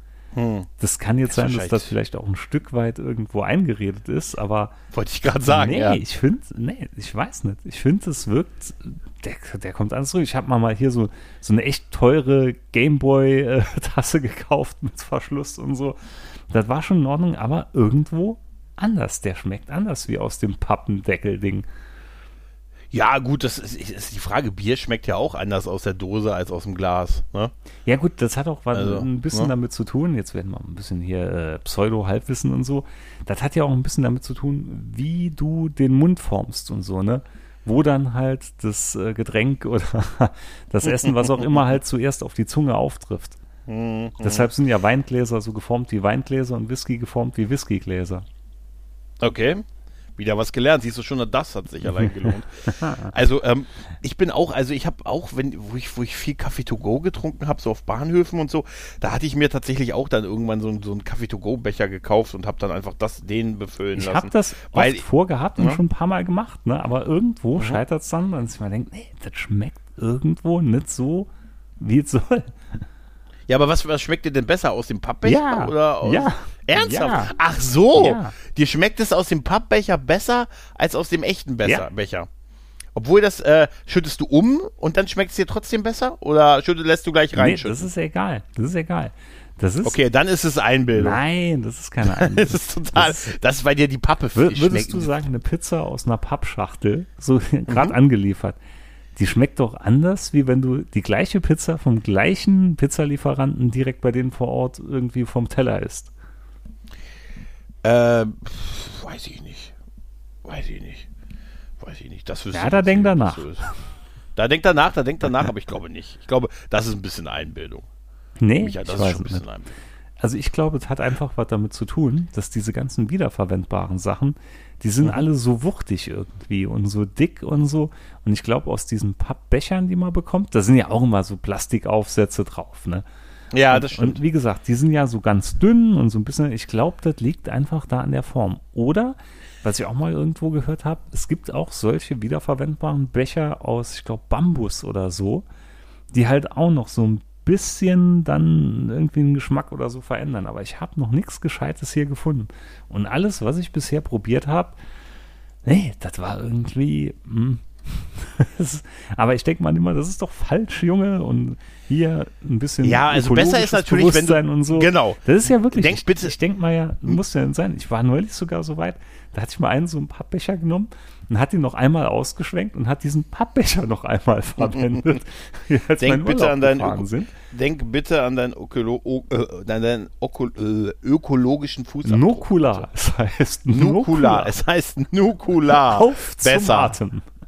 Hm. Das kann jetzt Das sein, ist dass das wahrscheinlich- vielleicht auch ein Stück weit irgendwo eingeredet ist, aber Wollte ich gerade sagen, nee, ja. ich finde, nee, ich weiß nicht. Ich finde, es wirkt, der, der kommt anders zurück. Ich habe mal, mal hier so, so eine echt teure Gameboy-Tasse gekauft mit Verschluss und so. Das war schon in Ordnung, aber irgendwo anders. Der schmeckt anders wie aus dem Pappendeckel-Ding. Ja, gut, das ist, ist die Frage. Bier schmeckt ja auch anders aus der Dose als aus dem Glas. Ne? Ja gut, das hat auch was Also, ein bisschen ne? damit zu tun, jetzt werden wir ein bisschen hier äh, Pseudo-Halbwissen und so, das hat ja auch ein bisschen damit zu tun, wie du den Mund formst und so, ne? Wo dann halt das äh, Getränk oder das Essen, was auch immer halt zuerst auf die Zunge auftrifft. Mhm. Deshalb sind ja Weingläser so geformt wie Weingläser und Whisky geformt wie Whiskygläser. Okay. Wieder was gelernt. Siehst du schon, das hat sich allein gelohnt. Also, ähm, ich bin auch, also ich habe auch, wenn, wo ich, wo ich viel Kaffee to go getrunken habe, so auf Bahnhöfen und so, da hatte ich mir tatsächlich auch dann irgendwann so, einen- so einen Kaffee to go Becher gekauft und habe dann einfach das, den befüllen Ich lassen. habe das weil- oft vorgehabt und Ja. schon ein paar Mal gemacht, ne? Aber irgendwo Mhm. scheitert es dann, dass ich mir denke, nee, das schmeckt irgendwo nicht so, wie es soll. Ja, aber was, was schmeckt dir denn besser? Aus dem Pappbecher? Ja, Oder aus, ja, Ernsthaft? ja. Ach so. Ja. Dir schmeckt es aus dem Pappbecher besser als aus dem echten Becher? Ja. Becher? Obwohl das, äh, schüttest du um und dann schmeckt es dir trotzdem besser? Oder schüttet, lässt du gleich Nee, reinschütten? das ist egal. Das ist egal. Das ist, okay, dann ist es Einbildung. nein, das ist keine Ahnung. Das ist total, das, Das- ist bei dir die Pappe Wür- schmeckt. Würdest du sagen, eine Pizza aus einer Pappschachtel, so Mhm. gerade angeliefert, die schmeckt doch anders, wie wenn du die gleiche Pizza vom gleichen Pizzalieferanten direkt bei denen vor Ort irgendwie vom Teller isst? Äh, pf, weiß ich nicht. Weiß ich nicht. Weiß ich nicht. Das wüsste Ja, ich da jetzt denk nicht, ob danach. das so ist. Da denkt danach, da denkt danach, aber ich glaube nicht. Ich glaube, das ist ein bisschen Einbildung. Nee, Michael, das ich ist weiß schon ein nicht. bisschen Einbildung. Also ich glaube, es hat einfach was damit zu tun, dass diese ganzen wiederverwendbaren Sachen, die sind Mhm. alle so wuchtig irgendwie und so dick und so. Und ich glaube, aus diesen Pappbechern, die man bekommt, da sind ja auch immer so Plastikaufsätze drauf, ne? Ja, und, das stimmt. Und wie gesagt, die sind ja so ganz dünn und so ein bisschen, ich glaube, das liegt einfach da an der Form. Oder, was ich auch mal irgendwo gehört habe, es gibt auch solche wiederverwendbaren Becher aus, ich glaube, Bambus oder so, die halt auch noch so ein bisschen dann irgendwie einen Geschmack oder so verändern. Aber ich habe noch nichts Gescheites hier gefunden. Und alles, was ich bisher probiert habe, nee, das war irgendwie, hm. Das ist, aber ich denke mal immer, das ist doch falsch, Junge, und hier ein bisschen Ja, also besser ist ökologisches natürlich, wenn du- Bewusstsein und so. genau. Das ist ja wirklich, Denk ich, bitte- ich denke mal ja, muss ja sein. Ich war neulich sogar so weit, da hatte ich mal einen so einen Pappbecher genommen und hat ihn noch einmal ausgeschwenkt und hat diesen Pappbecher noch einmal verwendet. als wir Denk in bitte Urlaub an deinen gefahren Öko- sind. Denk bitte an deinen, Ökolo o, äh, an deinen Öko äh, ökologischen Fußabdruck. Nukular, es heißt Nukular. Es heißt Nukular. Auf zum Besser. Atem.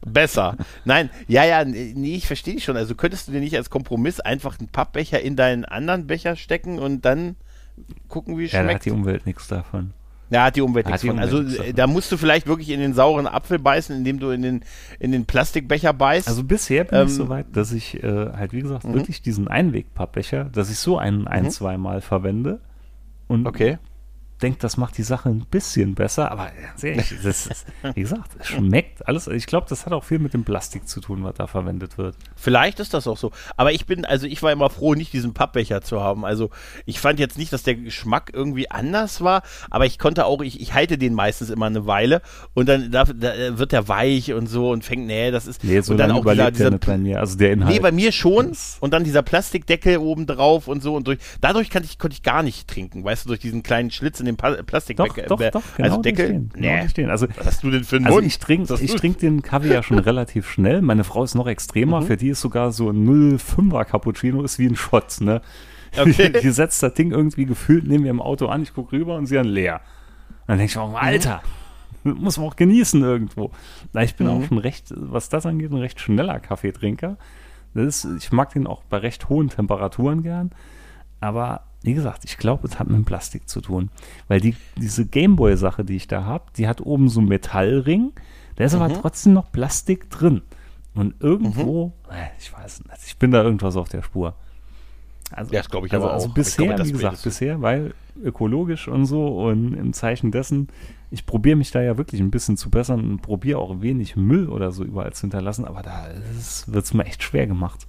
Besser. Nein, ja, ja, nee, ich verstehe dich schon. Also könntest du dir nicht als Kompromiss einfach einen Pappbecher in deinen anderen Becher stecken und dann gucken, wie es Ja, da schmeckt? hat die Umwelt nichts davon. Ja, hat die Umwelt Hat nichts die von. Umwelt Also nichts davon. da musst du vielleicht wirklich in den sauren Apfel beißen, indem du in den, in den Plastikbecher beißt. Also bisher bin Ähm, ich so weit, dass ich äh, halt, wie gesagt, Mhm. wirklich diesen Einwegpappbecher, dass ich so einen ein, Mhm. zweimal verwende und Okay. denke, das macht die Sache ein bisschen besser, aber ganz ehrlich, das ist, wie gesagt, es schmeckt alles. Ich glaube, das hat auch viel mit dem Plastik zu tun, was da verwendet wird. Vielleicht ist das auch so. Aber ich bin, also ich war immer froh, nicht diesen Pappbecher zu haben. Also ich fand jetzt nicht, dass der Geschmack irgendwie anders war, aber ich konnte auch, ich, ich halte den meistens immer eine Weile und dann da, da wird der weich und so und fängt, nee, das ist. Nee, so und dann lange auch dieser, überlebt der dieser, nicht bei mir, also der Inhalt. Nee, bei mir schon. Das- Und dann dieser Plastikdeckel oben drauf und so und durch. Dadurch konnte ich, konnte ich gar nicht trinken, weißt du, durch diesen kleinen Schlitz in dem Pa- Doch, Plastikbecher. doch, doch, genau also Deckel. den stehen, genau Nee. den stehen. Also, Was hast du denn für einen also Mund? ich trinke Was ich hast du- trink den Kaffee ja schon relativ schnell. Meine Frau ist noch extremer, Mhm. für die ist sogar so ein null Komma fünfer Cappuccino ist wie ein Shot, ne? Okay. Die, die setzt das Ding irgendwie gefühlt neben mir im Auto an, ich gucke rüber und sie dann leer. Dann denke ich auch, Alter, muss man auch genießen irgendwo. Na, ich bin Mhm. auch schon recht, was das angeht, ein recht schneller Kaffeetrinker. Das ist, ich mag den auch bei recht hohen Temperaturen gern. Aber wie gesagt, ich glaube, es hat mit dem Plastik zu tun. Weil die, diese Gameboy-Sache, die ich da habe, die hat oben so einen Metallring, da ist aber Mhm. trotzdem noch Plastik drin. Und irgendwo, äh, ich weiß nicht, ich bin da irgendwas auf der Spur. Also, Ja, das glaube ich also, aber also auch. Ich bisher, glaube, das wie gesagt, redest du. bisher, weil ökologisch und so und im Zeichen dessen, ich probiere mich da ja wirklich ein bisschen zu bessern und probiere auch wenig Müll oder so überall zu hinterlassen, aber da wird es mir echt schwer gemacht.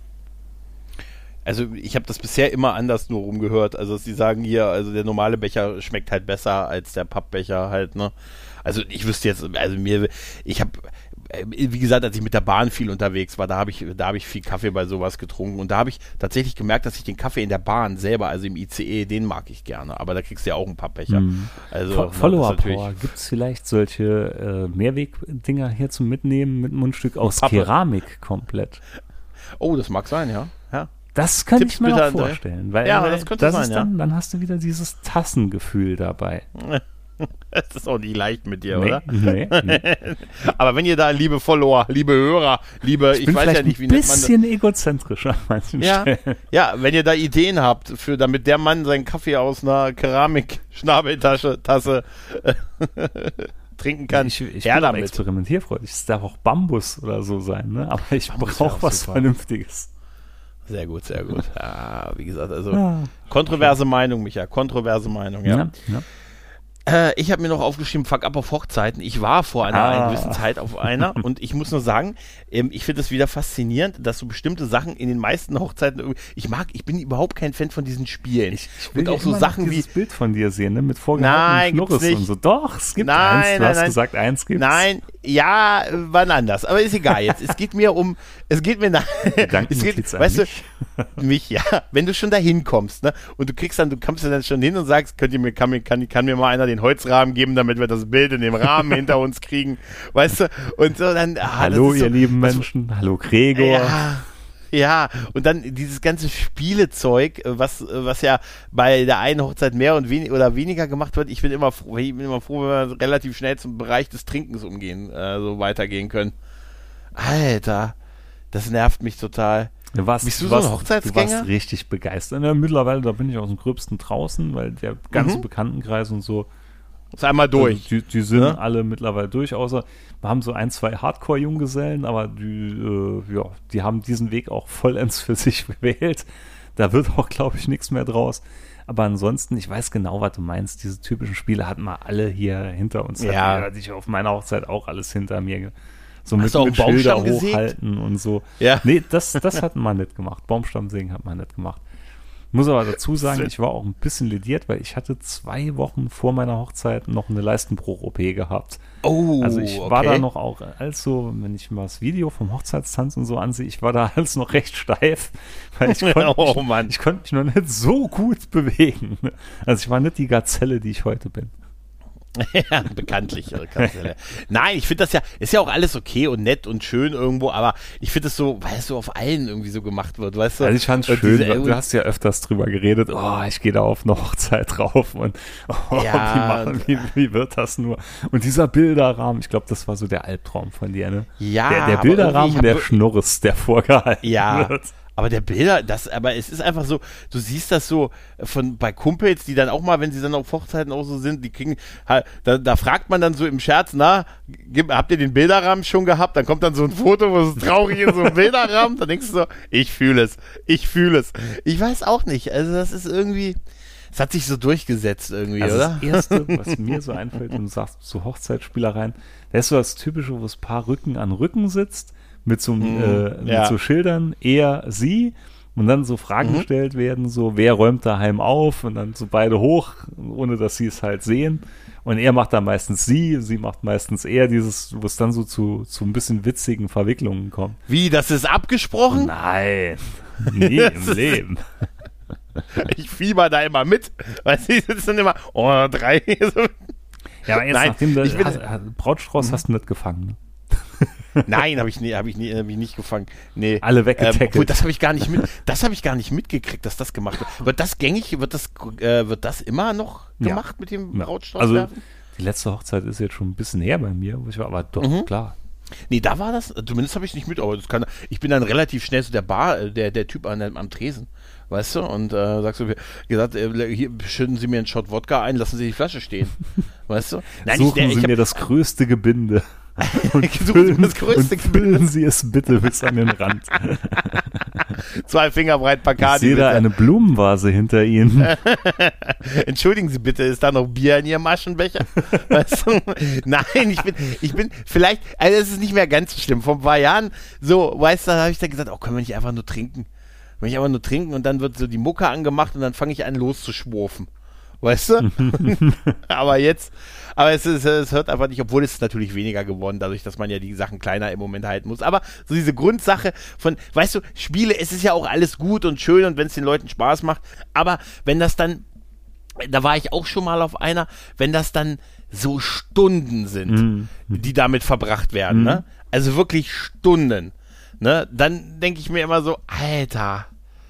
Also ich habe das bisher immer anders nur rumgehört. Also dass die sagen hier, also der normale Becher schmeckt halt besser als der Pappbecher halt, ne? Also ich wüsste jetzt, also mir, ich habe, wie gesagt, als ich mit der Bahn viel unterwegs war, da habe ich, da habe ich viel Kaffee bei sowas getrunken und da habe ich tatsächlich gemerkt, dass ich den Kaffee in der Bahn selber, also im I C E, den mag ich gerne. Aber da kriegst du ja auch einen Pappbecher. Hm. Also Fo- ne, das ist Follower natürlich- Power, gibt es vielleicht solche äh, Mehrweg-Dinger hier zum Mitnehmen mit Mundstück aus Pappe. Keramik komplett? Oh, das mag sein, ja. Ja. Das könnte Tipps ich mir bitte auch an der- vorstellen, weil Ja, äh, das könnte das sein, ist ja. dann, dann hast du wieder dieses Tassengefühl dabei. Das ist auch nicht leicht mit dir, Nee, oder? nee, nee. Aber wenn ihr da, liebe Follower, liebe Hörer, liebe, ich, Ich bin weiß vielleicht ja nicht, wie ein nennt man das? bisschen egozentrischer an manchen Ja, Stellen. ja, wenn ihr da Ideen habt, für damit der Mann seinen Kaffee aus einer Keramik-Schnabeltasche Tasse, äh, trinken kann, Ich, ich her bin auch damit. experimentierfreudig. Es darf auch Bambus oder so sein, ne? Aber ich Bambus wär brauche auch was super. Vernünftiges. Sehr gut, sehr gut. Ja, wie gesagt, also Ja. kontroverse Meinung, Micha, kontroverse Meinung, ja. Ja, ja. Äh, ich habe mir noch aufgeschrieben, fuck up auf Hochzeiten. Ich war vor einer, Ah. einer gewissen Zeit auf einer und ich muss nur sagen, ähm, ich finde es wieder faszinierend, dass so bestimmte Sachen in den meisten Hochzeiten irgendwie, ich mag, ich bin überhaupt kein Fan von diesen Spielen. Ich, ich will und auch ja so immer noch Sachen wie, dieses Bild von dir sehen, ne? Mit Nein, vorgehaltenem gibt's Schnurres nicht. und so. Doch, es gibt Nein, eins. Du nein, hast nein. gesagt, eins gibt's. nein, ja, äh, wann anders, aber ist egal jetzt. Es geht mir um, es geht mir nach, es Gedankennotiz geht, an weißt mich. du, mich, ja, wenn du schon da hinkommst, ne, und du kriegst dann, du kommst dann schon hin und sagst, könnt ihr mir, kann mir, kann, kann mir mal einer den Holzrahmen geben, damit wir das Bild in dem Rahmen hinter uns kriegen, weißt du, und so dann, ah, Hallo, das ist ihr so, lieben das- Menschen. Hallo, Gregor. Ja, ja, und dann dieses ganze Spielezeug, äh, was, äh, was ja bei der einen Hochzeit mehr und wenig oder weniger gemacht wird. Ich bin immer froh, ich bin immer froh, wenn wir relativ schnell zum Bereich des Trinkens umgehen, äh, so weitergehen können. Alter, das nervt mich total. Du warst, Bist du so warst, ein Hochzeitsgänger? Du warst richtig begeistert. Ja, mittlerweile, da bin ich aus dem Gröbsten draußen, weil der ganze Mhm. Bekanntenkreis und so, Ist einmal durch. also die, die sind Ne? alle mittlerweile durch, außer wir haben so ein, zwei Hardcore-Junggesellen, aber die, äh, ja, die haben diesen Weg auch vollends für sich gewählt. Da wird auch, glaube ich, nichts mehr draus. Aber ansonsten, ich weiß genau, was du meinst. Diese typischen Spiele hatten wir alle hier hinter uns. Ja. Hatte ich auf meiner Hochzeit auch alles hinter mir. So Hast mit, du auch mit einen Schilder Baumstamm gesägt? hochhalten und so. Ja. Nee, das, das hat man nicht gemacht. Baumstammsägen hat man nicht gemacht. Muss aber dazu sagen, Das- ich war auch ein bisschen lediert, weil ich hatte zwei Wochen vor meiner Hochzeit noch eine Leistenbruch-O P gehabt. Oh, Also ich okay. war da noch auch, also wenn ich mal das Video vom Hochzeitstanz und so ansehe, ich war da alles noch recht steif, weil ich konnte, Oh, mich, Mann. ich konnte mich noch nicht so gut bewegen. Also ich war nicht die Gazelle, die ich heute bin. Ja, bekanntlich. Nein, ich finde das ja, ist ja auch alles okay und nett und schön irgendwo, aber ich finde es so, weil es so auf allen irgendwie so gemacht wird, weißt du? Also ich fand es schön, diese, du hast ja öfters drüber geredet, oh, ich gehe da auf eine Hochzeit drauf und oh, ja, wie, machen, wie, wie wird das nur? Und dieser Bilderrahmen, ich glaube, das war so der Albtraum von dir, ne? Ja, Der, der Bilderrahmen und der Schnurres, der vorgehalten ja, wird. Aber der Bilder, das, aber es ist einfach so, du siehst das so von bei Kumpels, die dann auch mal, wenn sie dann auf Hochzeiten auch so sind, die kriegen, da, da fragt man dann so im Scherz, na, habt ihr den Bilderrahmen schon gehabt? Dann kommt dann so ein Foto, wo es traurig ist, so ein Bilderrahmen, dann denkst du so, ich fühle es, ich fühle es. Ich weiß auch nicht, also das ist irgendwie, es hat sich so durchgesetzt irgendwie, also oder? Das Erste, was mir so einfällt, wenn du sagst, so Hochzeitsspielereien, das ist so das Typische, wo das Paar Rücken an Rücken sitzt, mit so, mm, äh, ja. mit so Schildern, er, sie, und dann so Fragen mhm. gestellt werden, so, wer räumt daheim auf, und dann so beide hoch, ohne dass sie es halt sehen, und er macht dann meistens sie, sie macht meistens er, dieses, wo es dann so zu, zu ein bisschen witzigen Verwicklungen kommt. Wie, das ist abgesprochen? Nein, nie im Leben. Ich fieber da immer mit, weil sie sitzen immer, oh, drei. Ja, aber jetzt, Nein, nachdem du ich bin, hast, Brautstrauß mhm. hast du nicht gefangen, ne? Nein, habe ich nie, habe ich nie, hab ich nicht gefangen. Nee. Alle weggetackelt. Ähm, das habe ich gar nicht mit, das habe ich gar nicht mitgekriegt, dass das gemacht wird. Wird das gängig, wird das, äh, wird das immer noch gemacht ja. mit dem ja. Brautstrauß Also werfen? Die letzte Hochzeit ist jetzt schon ein bisschen her bei mir, wo ich war, aber doch, mhm. klar. Nee, da war das, zumindest habe ich nicht mit, aber das kann, ich bin dann relativ schnell so der Bar, der, der Typ an, am Tresen, weißt du, und äh, sagst du, gesagt, äh, hier schütten Sie mir einen Shot Wodka ein, lassen Sie die Flasche stehen, weißt du? Nein, Suchen ich, ich, Sie ich mir das größte Gebinde. Und füllen, das größte und füllen Sie es bitte bis an den Rand. Zwei Finger breit Bacardi. Ich sehe da eine Blumenvase hinter Ihnen. Entschuldigen Sie bitte, ist da noch Bier in Ihrem Aschenbecher? Weißt du? Nein, ich bin, ich bin vielleicht, also es ist nicht mehr ganz so schlimm. Vor ein paar Jahren, so, weißt du, da habe ich dann gesagt, oh, können wir nicht einfach nur trinken? Wenn ich einfach nur trinken und dann wird so die Mucke angemacht und dann fange ich an loszuschwurfen. Weißt du? Aber jetzt, aber es, ist, es hört einfach nicht, obwohl es natürlich weniger geworden, dadurch, dass man ja die Sachen kleiner im Moment halten muss. Aber so diese Grundsache von, weißt du, Spiele, es ist ja auch alles gut und schön und wenn es den Leuten Spaß macht, aber wenn das dann, da war ich auch schon mal auf einer, wenn das dann so Stunden sind, mhm. die damit verbracht werden, mhm. ne? Also wirklich Stunden, ne? Dann denke ich mir immer so, Alter,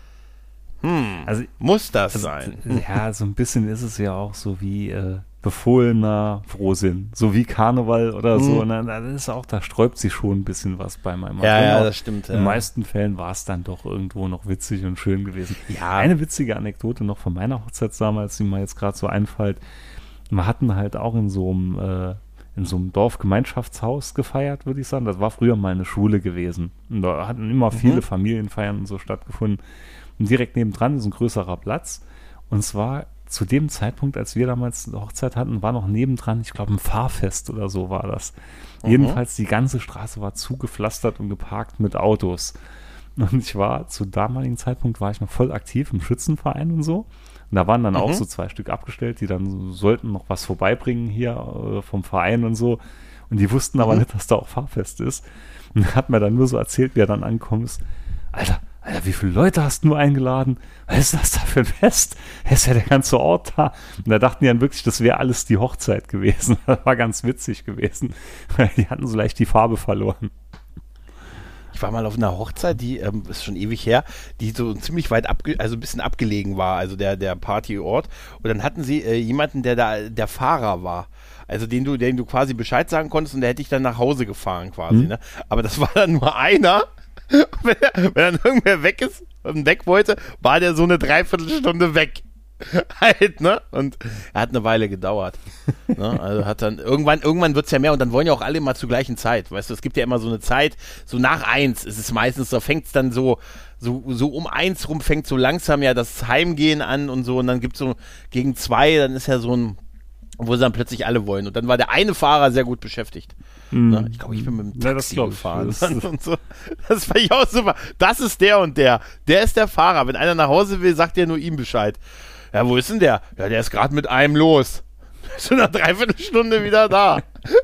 Hm, also, muss das also, sein? Ja, so ein bisschen ist es ja auch so wie äh, befohlener Frohsinn. So wie Karneval oder so. Mhm. Und dann ist auch, da sträubt sich schon ein bisschen was bei meinem Ja, ja, das stimmt. In den ja. meisten Fällen war es dann doch irgendwo noch witzig und schön gewesen. Ja. Eine witzige Anekdote noch von meiner Hochzeit damals, die mir jetzt gerade so einfällt. Wir hatten halt auch in so einem äh, in so einem Dorfgemeinschaftshaus gefeiert, würde ich sagen. Das war früher mal eine Schule gewesen. Und da hatten immer mhm. viele Familienfeiern und so stattgefunden. Und direkt nebendran ist ein größerer Platz. Und zwar zu dem Zeitpunkt, als wir damals eine Hochzeit hatten, war noch nebendran, ich glaube, ein Fahrfest oder so war das. Mhm. Jedenfalls, die ganze Straße war zugepflastert und geparkt mit Autos. Und ich war, zu damaligen Zeitpunkt war ich noch voll aktiv im Schützenverein und so. Und da waren dann mhm. auch so zwei Stück abgestellt, die dann so, sollten noch was vorbeibringen hier äh, vom Verein und so. Und die wussten aber mhm. nicht, dass da auch Fahrfest ist. Und hat mir dann nur so erzählt, wie er dann angekommen ist. Alter, Alter, wie viele Leute hast du nur eingeladen? Was ist das da für ein Fest? Ist ja der ganze Ort da. Und da dachten die dann wirklich, das wäre alles die Hochzeit gewesen. Das war ganz witzig gewesen. Die hatten so leicht die Farbe verloren. Ich war mal auf einer Hochzeit, die ähm, ist schon ewig her, die so ziemlich weit abge also ein bisschen abgelegen war, also der, der Partyort. Und dann hatten sie äh, jemanden, der da der Fahrer war. Also den du, den du quasi Bescheid sagen konntest und der hätte dich dann nach Hause gefahren quasi. Mhm. Ne? Aber das war dann nur einer. Wenn, er, wenn dann irgendwer weg ist und weg wollte, war der so eine Dreiviertelstunde weg. Halt, ne? Und er hat eine Weile gedauert. Ne? Also hat dann, irgendwann, irgendwann wird es ja mehr und dann wollen ja auch alle immer zur gleichen Zeit. Weißt du, es gibt ja immer so eine Zeit, so nach eins ist es meistens, da fängt es dann so, so, so um eins rum fängt so langsam ja das Heimgehen an und so und dann gibt es so gegen zwei, dann ist ja so ein, wo sie dann plötzlich alle wollen. Und dann war der eine Fahrer sehr gut beschäftigt. Mm. Ne? Ich glaube, ich bin mit dem Taxi ja, gefahren. Das, und so. Das fand ich auch super. Das ist der und der. Der ist der Fahrer. Wenn einer nach Hause will, sagt der nur ihm Bescheid. Ja, wo ist denn der? Ja, der ist gerade mit einem los. Ist schon nach dreiviertel Stunde wieder da.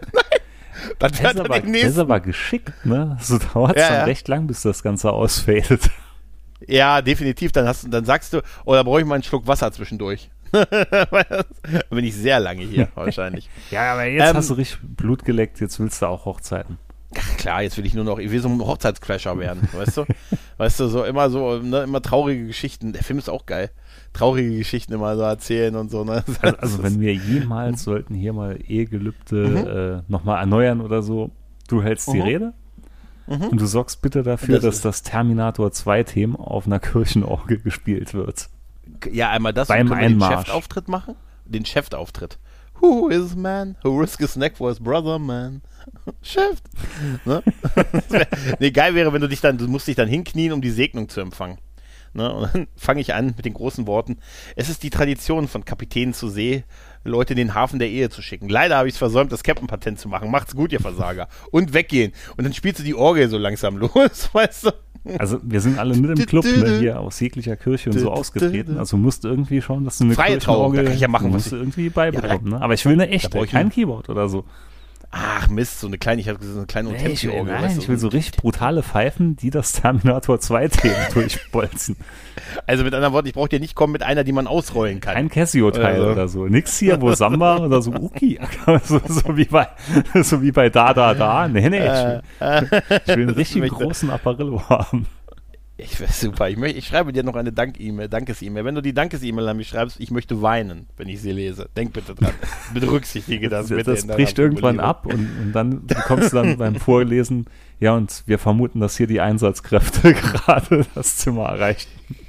Nein. Das ist, aber, das ist aber geschickt, ne? So dauert es ja, dann ja. recht lang, bis das Ganze ausfädet. Ja, definitiv. Dann, hast, dann sagst du, oh, da brauche ich mal einen Schluck Wasser zwischendurch. Bin ich sehr lange hier, wahrscheinlich. Ja, aber jetzt Ähm, hast du richtig Blut geleckt, jetzt willst du auch Hochzeiten. Ach, klar, jetzt will ich nur noch, ich will so ein Hochzeitscrasher werden, weißt du? Weißt du, so immer so, ne, immer traurige Geschichten. Der Film ist auch geil. Traurige Geschichten immer so erzählen und so, ne? Also, also wenn wir jemals sollten hier mal Ehegelübde äh, nochmal erneuern oder so, du hältst die Mhm. Rede Mhm. und du sorgst bitte dafür, Das dass ist- das Terminator zwei Thema auf einer Kirchenorgel gespielt wird. Ja, einmal das Beim und können wir den Einmarsch. Chefauftritt machen? Den Chefauftritt. Who is man who risk his neck for his brother, man? Chef. Ne? Nee, geil wäre, wenn du dich dann, du musst dich dann hinknien, um die Segnung zu empfangen. Ne? Und dann fange ich an mit den großen Worten. Es ist die Tradition von Kapitänen zur See, Leute in den Hafen der Ehe zu schicken. Leider habe ich es versäumt, das Captain-Patent zu machen. Macht's gut, ihr Versager. Und weggehen. Und dann spielst du die Orgel so langsam los, weißt du? Also wir sind alle mit im Club, ne, hier aus jeglicher Kirche und so ausgetreten. Also du musst irgendwie schauen, dass du eine Freie Trauung, da Kirchenorgel kann ich ja machen, was musst ich- du irgendwie beibekommen. Ja, da- ne? Aber ich will eine da echte, brauch ich kein einen- Keyboard oder so. Ach Mist, so eine kleine, ich habe gesagt, so eine kleine Nee, ich will, Tempi-Orgel. nein, weißt du? ich will so richtig brutale Pfeifen, die das Terminator zwei Themen durchbolzen. Also mit anderen Worten, ich brauche dir nicht kommen mit einer, die man ausrollen kann. Kein Casio-Teil Also. oder so. Nix hier, wo Samba oder so Uki. so, so, wie bei, so wie bei Da Da Da. Nee, nee, ich will, ich will einen richtig möchte- großen Apparillo haben. Ich wäre super. Ich, möchte, ich schreibe dir noch eine Dank-E-Mail, Dankes-E-Mail. Wenn du die Dankes-E-Mail an mich schreibst, ich möchte weinen, wenn ich sie lese. Denk bitte dran. Berücksichtige das Das, bitte. das in deiner bricht irgendwann Formulierung. ab und, und dann bekommst du dann beim Vorlesen, ja, und wir vermuten, dass hier die Einsatzkräfte gerade das Zimmer erreichen.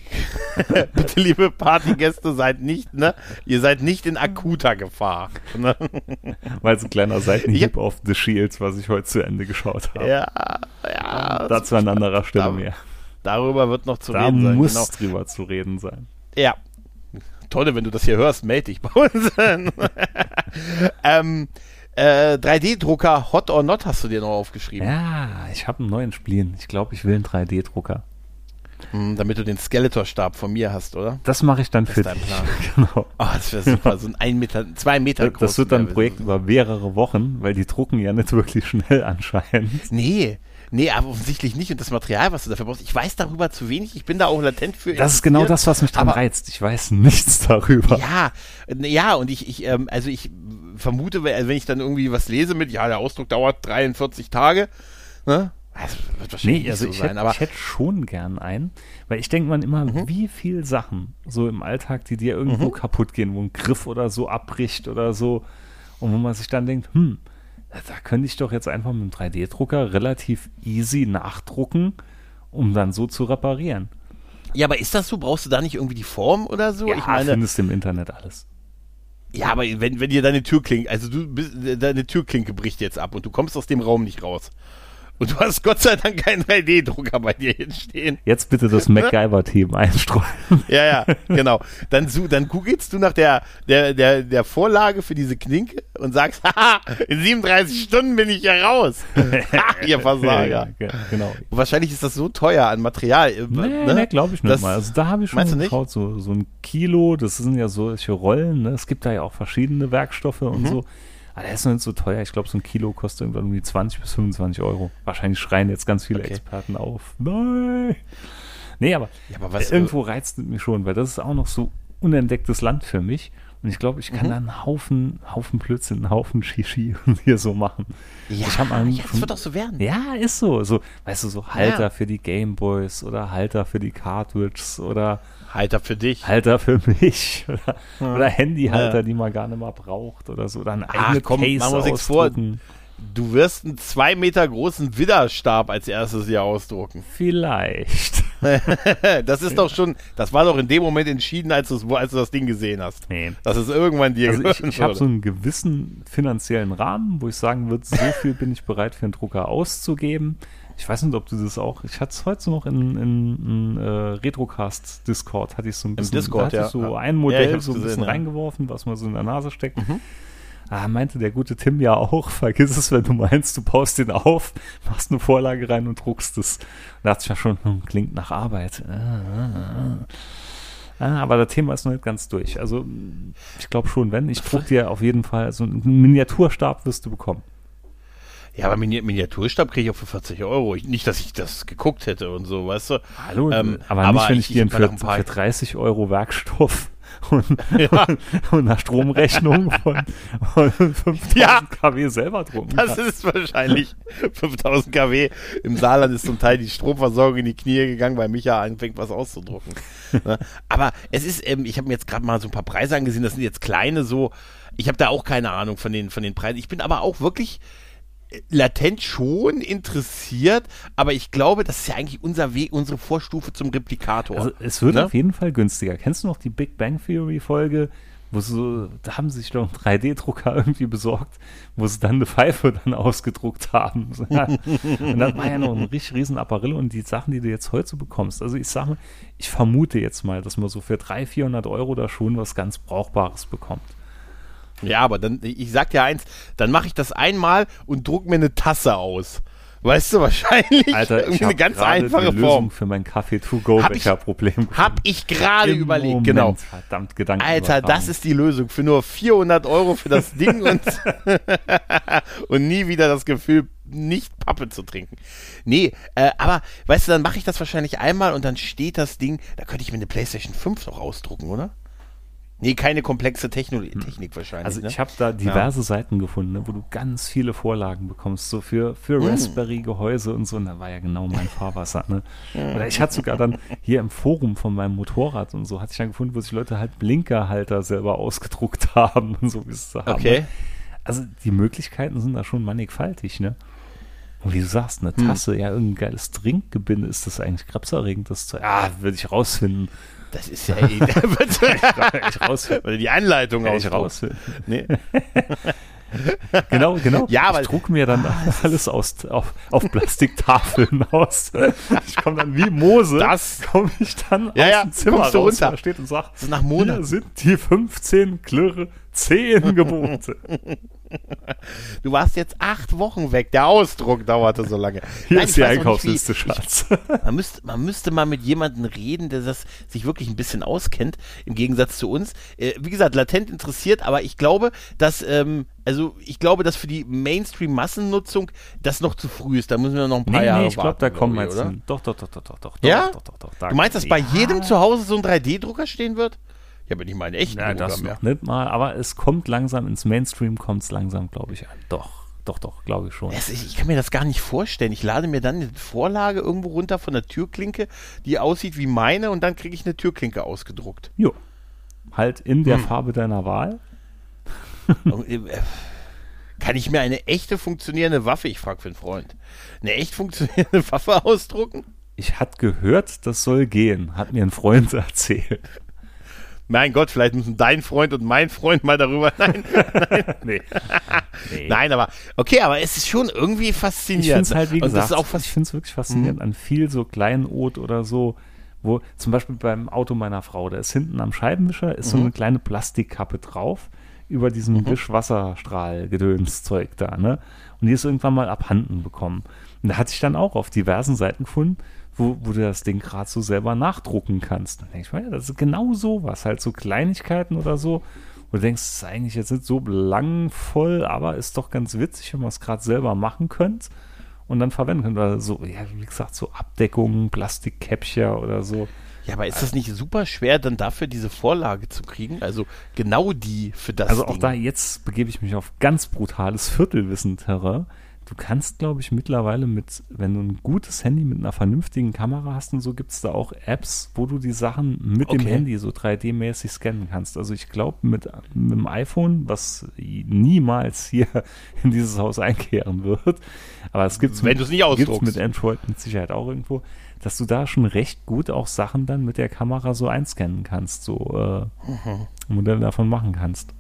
Bitte, liebe Partygäste, seid nicht, ne? Ihr seid nicht in akuter Gefahr. Ne? Weil es ein kleiner Seitenhieb Ja. auf The Shield, was ich heute zu Ende geschaut habe. Ja, ja. Dazu an anderer Stelle da- mehr. Darüber wird noch zu Da reden sein. muss Genau. drüber zu reden sein. Ja. Tolle, wenn du das hier hörst, melde dich bei uns. ähm, äh, drei D-Drucker Hot or Not hast du dir noch aufgeschrieben. Ja, ich habe einen neuen Spielen. Ich glaube, ich will einen drei D-Drucker. Hm, damit du den Skeletor-Stab von mir hast, oder? Das mache ich dann Das für ist dein dich. Plan. Genau. Oh, das wäre super. So ein ein Meter, zwei Meter groß. Das wird dann ein Projekt über mehrere Wochen, weil die drucken ja nicht wirklich schnell anscheinend. Nee, nee, aber offensichtlich nicht. Und das Material, was du dafür brauchst, ich weiß darüber zu wenig. Ich bin da auch latent für. Das ist genau interessiert. das, was mich dran aber- reizt. Ich weiß nichts darüber. Ja, n- ja, und ich, ich, ähm, also ich vermute, wenn also wenn ich dann irgendwie was lese mit, ja, der Ausdruck dauert dreiundvierzig Tage, ne? Das wird wahrscheinlich Nee, also nicht ich, so sein, hätte, aber ich hätte schon gern einen, weil ich denke man immer, Mhm. wie viel Sachen so im Alltag, die dir irgendwo Mhm. kaputt gehen, wo ein Griff oder so abbricht oder so und wo man sich dann denkt, hm, da könnte ich doch jetzt einfach mit einem drei D-Drucker relativ easy nachdrucken, um dann so zu reparieren. ja, aber ist das so? Brauchst du da nicht irgendwie die Form oder so? Ja, ich meine, findest du im Internet alles. ja, aber wenn, wenn dir deine Türklinke, also du bist, deine Türklinke bricht jetzt ab und du kommst aus dem Raum nicht raus. Und du hast Gott sei Dank keinen drei D-Drucker bei dir hinstehen. Jetzt bitte das MacGyver-Team einstreuen. Ja, ja, genau. Dann, su- dann googelst du nach der, der, der, der Vorlage für diese Klinke und sagst, haha, in siebenunddreißig Stunden bin ich hier raus. Ha, ihr Versager. Ja, genau. Und wahrscheinlich ist das so teuer an Material. äh, Nee, ne? nee glaube ich nicht Das- mal. Also da habe ich schon Meinst du nicht? geschaut, so, so ein Kilo, das sind ja solche Rollen, ne? Es gibt da ja auch verschiedene Werkstoffe Mhm. und so. Aber der ist noch nicht so teuer. Ich glaube, so ein Kilo kostet irgendwann um die zwanzig bis fünfundzwanzig Euro. Wahrscheinlich schreien jetzt ganz viele Okay. Experten auf. Nein! Nee, aber, Ja, aber was, irgendwo reizt es mich schon, weil das ist auch noch so unentdecktes Land für mich. Und ich glaube, ich kann Mhm. da einen Haufen, Haufen Blödsinn, einen Haufen Shishi hier so machen. ja, ich hab mal ja, das schon- wird auch so werden. Ja, ist so. so. Weißt du, so Halter Ja. für die Gameboys oder Halter für die Cartridges oder Halter für dich. Halter für mich oder, Ja. oder Handyhalter, Ja. die man gar nicht mehr braucht oder so. Oder ein Ach, eigenes komm, Case machen wir uns nichts vor. ausdrucken. Du wirst einen zwei Meter großen Widderstab als erstes hier ausdrucken. Vielleicht. Das ist doch schon, das war doch in dem Moment entschieden, als, du's- als du das Ding gesehen hast. Nee. Dass es irgendwann dir Also ich, gehören ich habe würde. so einen gewissen finanziellen Rahmen, wo ich sagen würde, so viel bin ich bereit für einen Drucker auszugeben. Ich weiß nicht, ob du das auch, ich hatte es heute so noch in, in, in äh, Retrocast Discord, hatte ich so ein bisschen, Discord, da hatte ich ja. so Ja. ein Ja, Modell ich hab's so ein gesehen, bisschen ja. reingeworfen, was man so in der Nase steckt. Mhm. Ah, meinte der gute Tim ja auch, vergiss es, wenn du meinst, du baust den auf, machst eine Vorlage rein und druckst es. Da dachte ich ja schon, hm, klingt nach Arbeit. Ah, ah, ah. Ah, aber das Thema ist noch nicht ganz durch. Also ich glaube schon, wenn, ich druck dir auf jeden Fall so einen Miniaturstab wirst du bekommen. Ja, aber Mini Miniaturstab kriege ich auch für vierzig Euro. Ich, nicht, dass ich das geguckt hätte und so, weißt du? Hallo, Ähm, aber, aber nicht, wenn ich, ich- dir ich für, war nach ein paar- für dreißig Euro Werkstoff und, Ja. und, und einer Stromrechnung von, von fünftausend Ja. Kilowatt selber drucken Das kannst. ist wahrscheinlich fünftausend Kilowatt. Im Saarland ist zum Teil die Stromversorgung in die Knie gegangen, weil Micha anfängt, was auszudrucken. Ne? Aber es ist, ähm, ich habe mir jetzt gerade mal so ein paar Preise angesehen, das sind jetzt kleine so, ich habe da auch keine Ahnung von den, von den Preisen. Ich bin aber auch wirklich latent schon interessiert, aber ich glaube, das ist ja eigentlich unser Weg, unsere Vorstufe zum Replikator. Also es wird Ne? auf jeden Fall günstiger. Kennst du noch die Big Bang Theory Folge, wo so, da haben sie sich doch einen drei D Drucker irgendwie besorgt, wo sie dann eine Pfeife dann ausgedruckt haben. Und das war ja noch ein richtig riesen Apparillo und die Sachen, die du jetzt heute so bekommst. Also ich sag mal, ich vermute jetzt mal, dass man so für dreihundert, vierhundert Euro da schon was ganz Brauchbares bekommt. Ja, aber dann, ich sag dir eins, dann mache ich das einmal und druck mir eine Tasse aus. Weißt du, wahrscheinlich Alter, ich irgendwie habe eine ganz gerade einfache die Form. Lösung für mein Kaffee-to-go-Becher-Problem Hab ich gerade Im überlegt, Moment, genau. Verdammt, Gedanken Alter, das ist die Lösung für nur vierhundert Euro für das Ding und, und nie wieder das Gefühl, nicht Pappe zu trinken. Nee, äh, aber, weißt du, dann mache ich das wahrscheinlich einmal und dann steht das Ding, da könnte ich mir eine PlayStation fünf noch ausdrucken, oder? Nee, keine komplexe Techno- Technik wahrscheinlich. Also ne? ich habe da diverse Seiten gefunden, ne, wo du ganz viele Vorlagen bekommst, so für, für Mm. Raspberry-Gehäuse und so. Und da war ja genau mein Fahrwasser. Ne? Oder ich hatte sogar dann hier im Forum von meinem Motorrad und so, hatte ich dann gefunden, wo sich Leute halt Blinkerhalter selber ausgedruckt haben und so, wie es da haben. Okay. Also die Möglichkeiten sind da schon mannigfaltig, ne? Und wie du sagst, eine Hm. Tasse, ja, irgendein geiles Trinkgebinde, ist das eigentlich krebserregend? Das Zeug? Ja, würde ich rausfinden. Das ist ja eh, da wird ich rausfinden. oder die Anleitung Würde ich ausdrucken. rausfinden. Nee. Genau, genau. Ja, aber- ich druck mir dann alles aus, auf, auf Plastiktafeln aus. Ich komme dann wie Mose, Das- komme ich dann Ja, aus ja, dem Zimmer kommst du raus, runter. da steht und sagt, Das ist nach Monaten. hier sind die fünfzehn klirre zehn Gebote. Du warst jetzt acht Wochen weg. Der Ausdruck dauerte so lange. Hier Nein, ist ich die weiß auch nicht, Einkaufsliste, wie- Schatz. Man müsste, man müsste mal mit jemandem reden, der das sich wirklich ein bisschen auskennt, im Gegensatz zu uns. Äh, wie gesagt, latent interessiert, aber ich glaube, dass, ähm, also ich glaube, dass für die Mainstream-Massennutzung das noch zu früh ist. Da müssen wir noch ein paar Nee, Jahre nee, ich glaube, da warten, kommen glaub ich, jetzt oder? hin. Doch, doch, doch, doch, doch, doch. Ja? Doch, doch, doch, doch, da- Du meinst, dass bei ja. jedem zu Hause so ein drei D-Drucker stehen wird? Ich habe ja nicht mal einen echten Ja, Drucker das mehr. noch nicht mal, aber es kommt langsam, ins Mainstream kommt es langsam, glaube ich, an. Doch, doch, doch, glaube ich schon. Es ist- Ich kann mir das gar nicht vorstellen. Ich lade mir dann eine Vorlage irgendwo runter von der Türklinke, die aussieht wie meine und dann kriege ich eine Türklinke ausgedruckt. Jo. Halt in der Hm. Farbe deiner Wahl. Und, äh, Kann ich mir eine echte funktionierende Waffe, ich frage für einen Freund, eine echt funktionierende Waffe ausdrucken? Ich hatte gehört, das soll gehen, hat mir ein Freund erzählt. Mein Gott, vielleicht müssen dein Freund und mein Freund mal darüber. Nein, Nee. nee. nein, aber okay, aber es ist schon irgendwie Ich faszinierend. finde es halt, wie und gesagt, das ist auch ich fast, finde es wirklich faszinierend an viel so Kleinod oder so, wo zum Beispiel beim Auto meiner Frau, da ist hinten am Scheibenwischer ist so Mhm. eine kleine Plastikkappe drauf über diesem Mhm. Wischwasserstrahl-Gedönszeug da, ne? Und die ist irgendwann mal abhanden bekommen. Und da hatte ich dann auch auf diversen Seiten gefunden, wo, wo du das Ding gerade so selber nachdrucken kannst. Dann denke ich mir, ja, das ist genau sowas, halt so Kleinigkeiten oder so, wo du denkst, das ist eigentlich jetzt nicht so belangvoll, aber ist doch ganz witzig, wenn man es gerade selber machen könnt und dann verwenden könnt. Oder so, ja, wie gesagt, so Abdeckungen, Plastikkäppchen oder so. ja, aber ist das nicht super schwer, dann dafür diese Vorlage zu kriegen? Also genau die für das Also auch Ding. da, jetzt begebe ich mich auf ganz brutales Viertelwissen-Terrain. Du kannst, glaube ich, mittlerweile mit, wenn du ein gutes Handy mit einer vernünftigen Kamera hast und so, gibt es da auch Apps, wo du die Sachen mit dem Okay. Handy so drei D-mäßig scannen kannst. Also ich glaube, mit, mit dem iPhone, was niemals hier in dieses Haus einkehren wird, aber es gibt Wenn du es nicht ausdruckst. mit Android mit Sicherheit auch irgendwo, dass du da schon recht gut auch Sachen dann mit der Kamera so einscannen kannst, so äh, Mhm. Modelle davon machen kannst.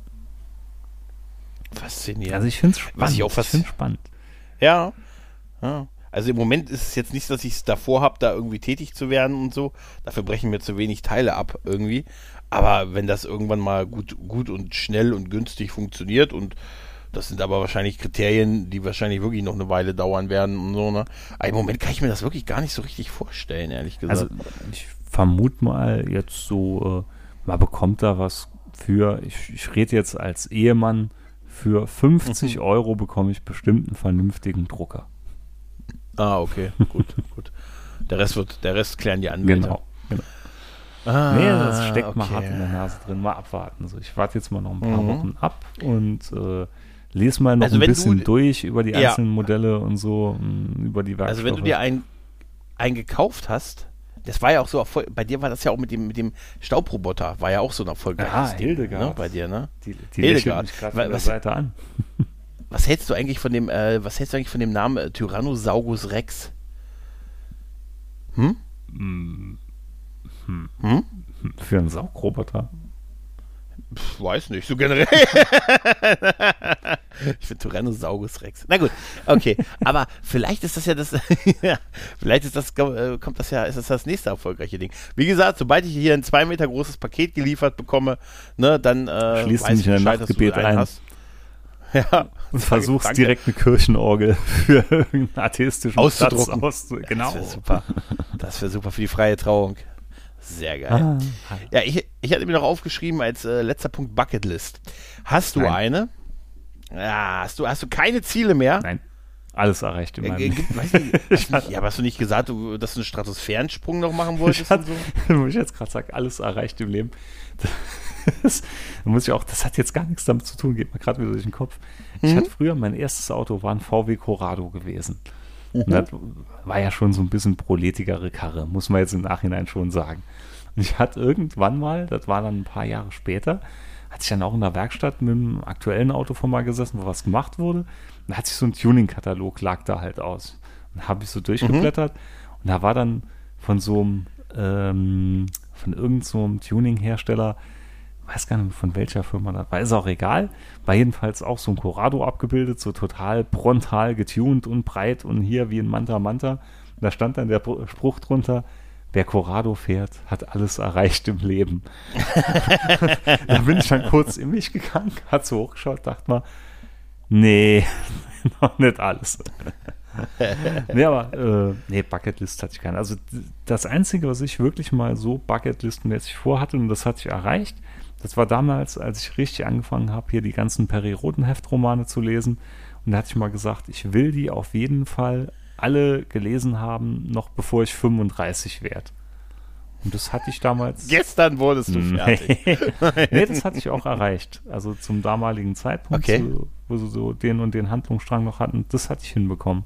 Faszinierend. Also ich finde es spannend. Was ich auch fast- find's spannend. Ja. ja. Also im Moment ist es jetzt nicht, dass ich es davor habe, da irgendwie tätig zu werden und so. Dafür brechen mir zu wenig Teile ab irgendwie. Aber wenn das irgendwann mal gut, gut und schnell und günstig funktioniert und das sind aber wahrscheinlich Kriterien, die wahrscheinlich wirklich noch eine Weile dauern werden und so, ne? Aber im Moment kann ich mir das wirklich gar nicht so richtig vorstellen, ehrlich Also gesagt. ich vermute mal jetzt so, äh, man bekommt da was für, ich, ich rede jetzt als Ehemann, für fünfzig Mhm. Euro bekomme ich bestimmt einen vernünftigen Drucker. Ah, okay, gut, gut. Der Rest wird, der Rest klären die Anwälte. Genau. genau. Ah, nee, das steckt okay. mal hart in der Nase drin. Mal abwarten. So, ich warte jetzt mal noch ein paar Mhm. Wochen ab und äh, lese mal noch Also ein wenn bisschen du- durch über die Ja. einzelnen Modelle und so, mh, über die Werkstoffe. Also wenn du dir einen, einen gekauft hast, das war ja auch so Erfolg, bei dir war das ja auch mit dem, mit dem Staubroboter, war ja auch so ein erfolgreiches Ah, Ding, Hildegard. ne, bei dir, ne? die, die Hildegard. lächelt mich gerade Wa- von der was- Seite an. Was hältst du eigentlich von dem, äh, was hältst du eigentlich von dem Namen äh, Tyrannosaurus Rex? Hm? Hm, hm, Hm? für einen Saugroboter. Pff, weiß nicht, so generell. Ich finde Tyrannosaurus Rex. Na gut, okay. Aber vielleicht ist das ja das, ja, vielleicht ist das, äh, kommt das ja, ist das das nächste erfolgreiche Ding. Wie gesagt, sobald ich hier ein zwei Meter großes Paket geliefert bekomme, ne, dann äh, Schließt weiß mich in ein Bescheid, dass du Nachtgebet einen ein. hast. Ja. Und Sag- versuchst danke. direkt eine Kirchenorgel für irgendeinen atheistischen Auszudrucken. Platz auszu... Genau. Das wäre super. Das wäre super für die freie Trauung. Sehr geil. Ah, Ja, ich, ich hatte mir noch aufgeschrieben als äh, letzter Punkt Bucketlist. Hast du Nein. eine? Ja, hast du, hast du keine Ziele mehr? nein, alles erreicht in Äh, meinem g- Leben. gibt- weiß nicht, ich nicht, ja, aber hast du nicht gesagt, du, dass du einen Stratosphärensprung noch machen wolltest? Ich hatte, und so? wo ich jetzt gerade sage, alles erreicht im Leben. Das, da muss ich auch, das hat jetzt gar nichts damit zu tun, geht mir gerade wieder durch den Kopf. Ich Mhm. hatte früher, mein erstes Auto war ein V W Corrado gewesen. Mhm. Und das war ja schon so ein bisschen proletigere Karre, muss man jetzt im Nachhinein schon sagen. Und ich hatte irgendwann mal, das war dann ein paar Jahre später, hatte ich dann auch in der Werkstatt mit dem aktuellen Auto von mal gesessen, wo was gemacht wurde. Und da hat sich so ein Tuning-Katalog, lag da halt aus. Und habe ich so durchgeblättert. Und da war dann von so einem, ähm, von irgend so einem Tuning-Hersteller, weiß gar nicht von welcher Firma das war, ist auch egal, war jedenfalls auch so ein Corrado abgebildet, so total frontal getuned und breit und hier wie ein Manta Manta. Und da stand dann der Br- Spruch drunter, wer Corrado fährt, hat alles erreicht im Leben. Da bin ich dann kurz in mich gegangen, hat so hochgeschaut, dachte mal, nee, noch nicht alles. Nee, aber äh, nee, Bucketlist hatte ich keine. Also d- das Einzige, was ich wirklich mal so Bucketlistenmäßig vorhatte, und das hatte ich erreicht, das war damals, als ich richtig angefangen habe, hier die ganzen Peri-Roten-Heftromane zu lesen. Und da hatte ich mal gesagt, ich will die auf jeden Fall alle gelesen haben, noch bevor ich fünfunddreißig werde. Und das hatte ich damals. Gestern wurdest du fertig. Nee, das hatte ich auch erreicht. Also zum damaligen Zeitpunkt, Okay. so, wo sie so den und den Handlungsstrang noch hatten, das hatte ich hinbekommen.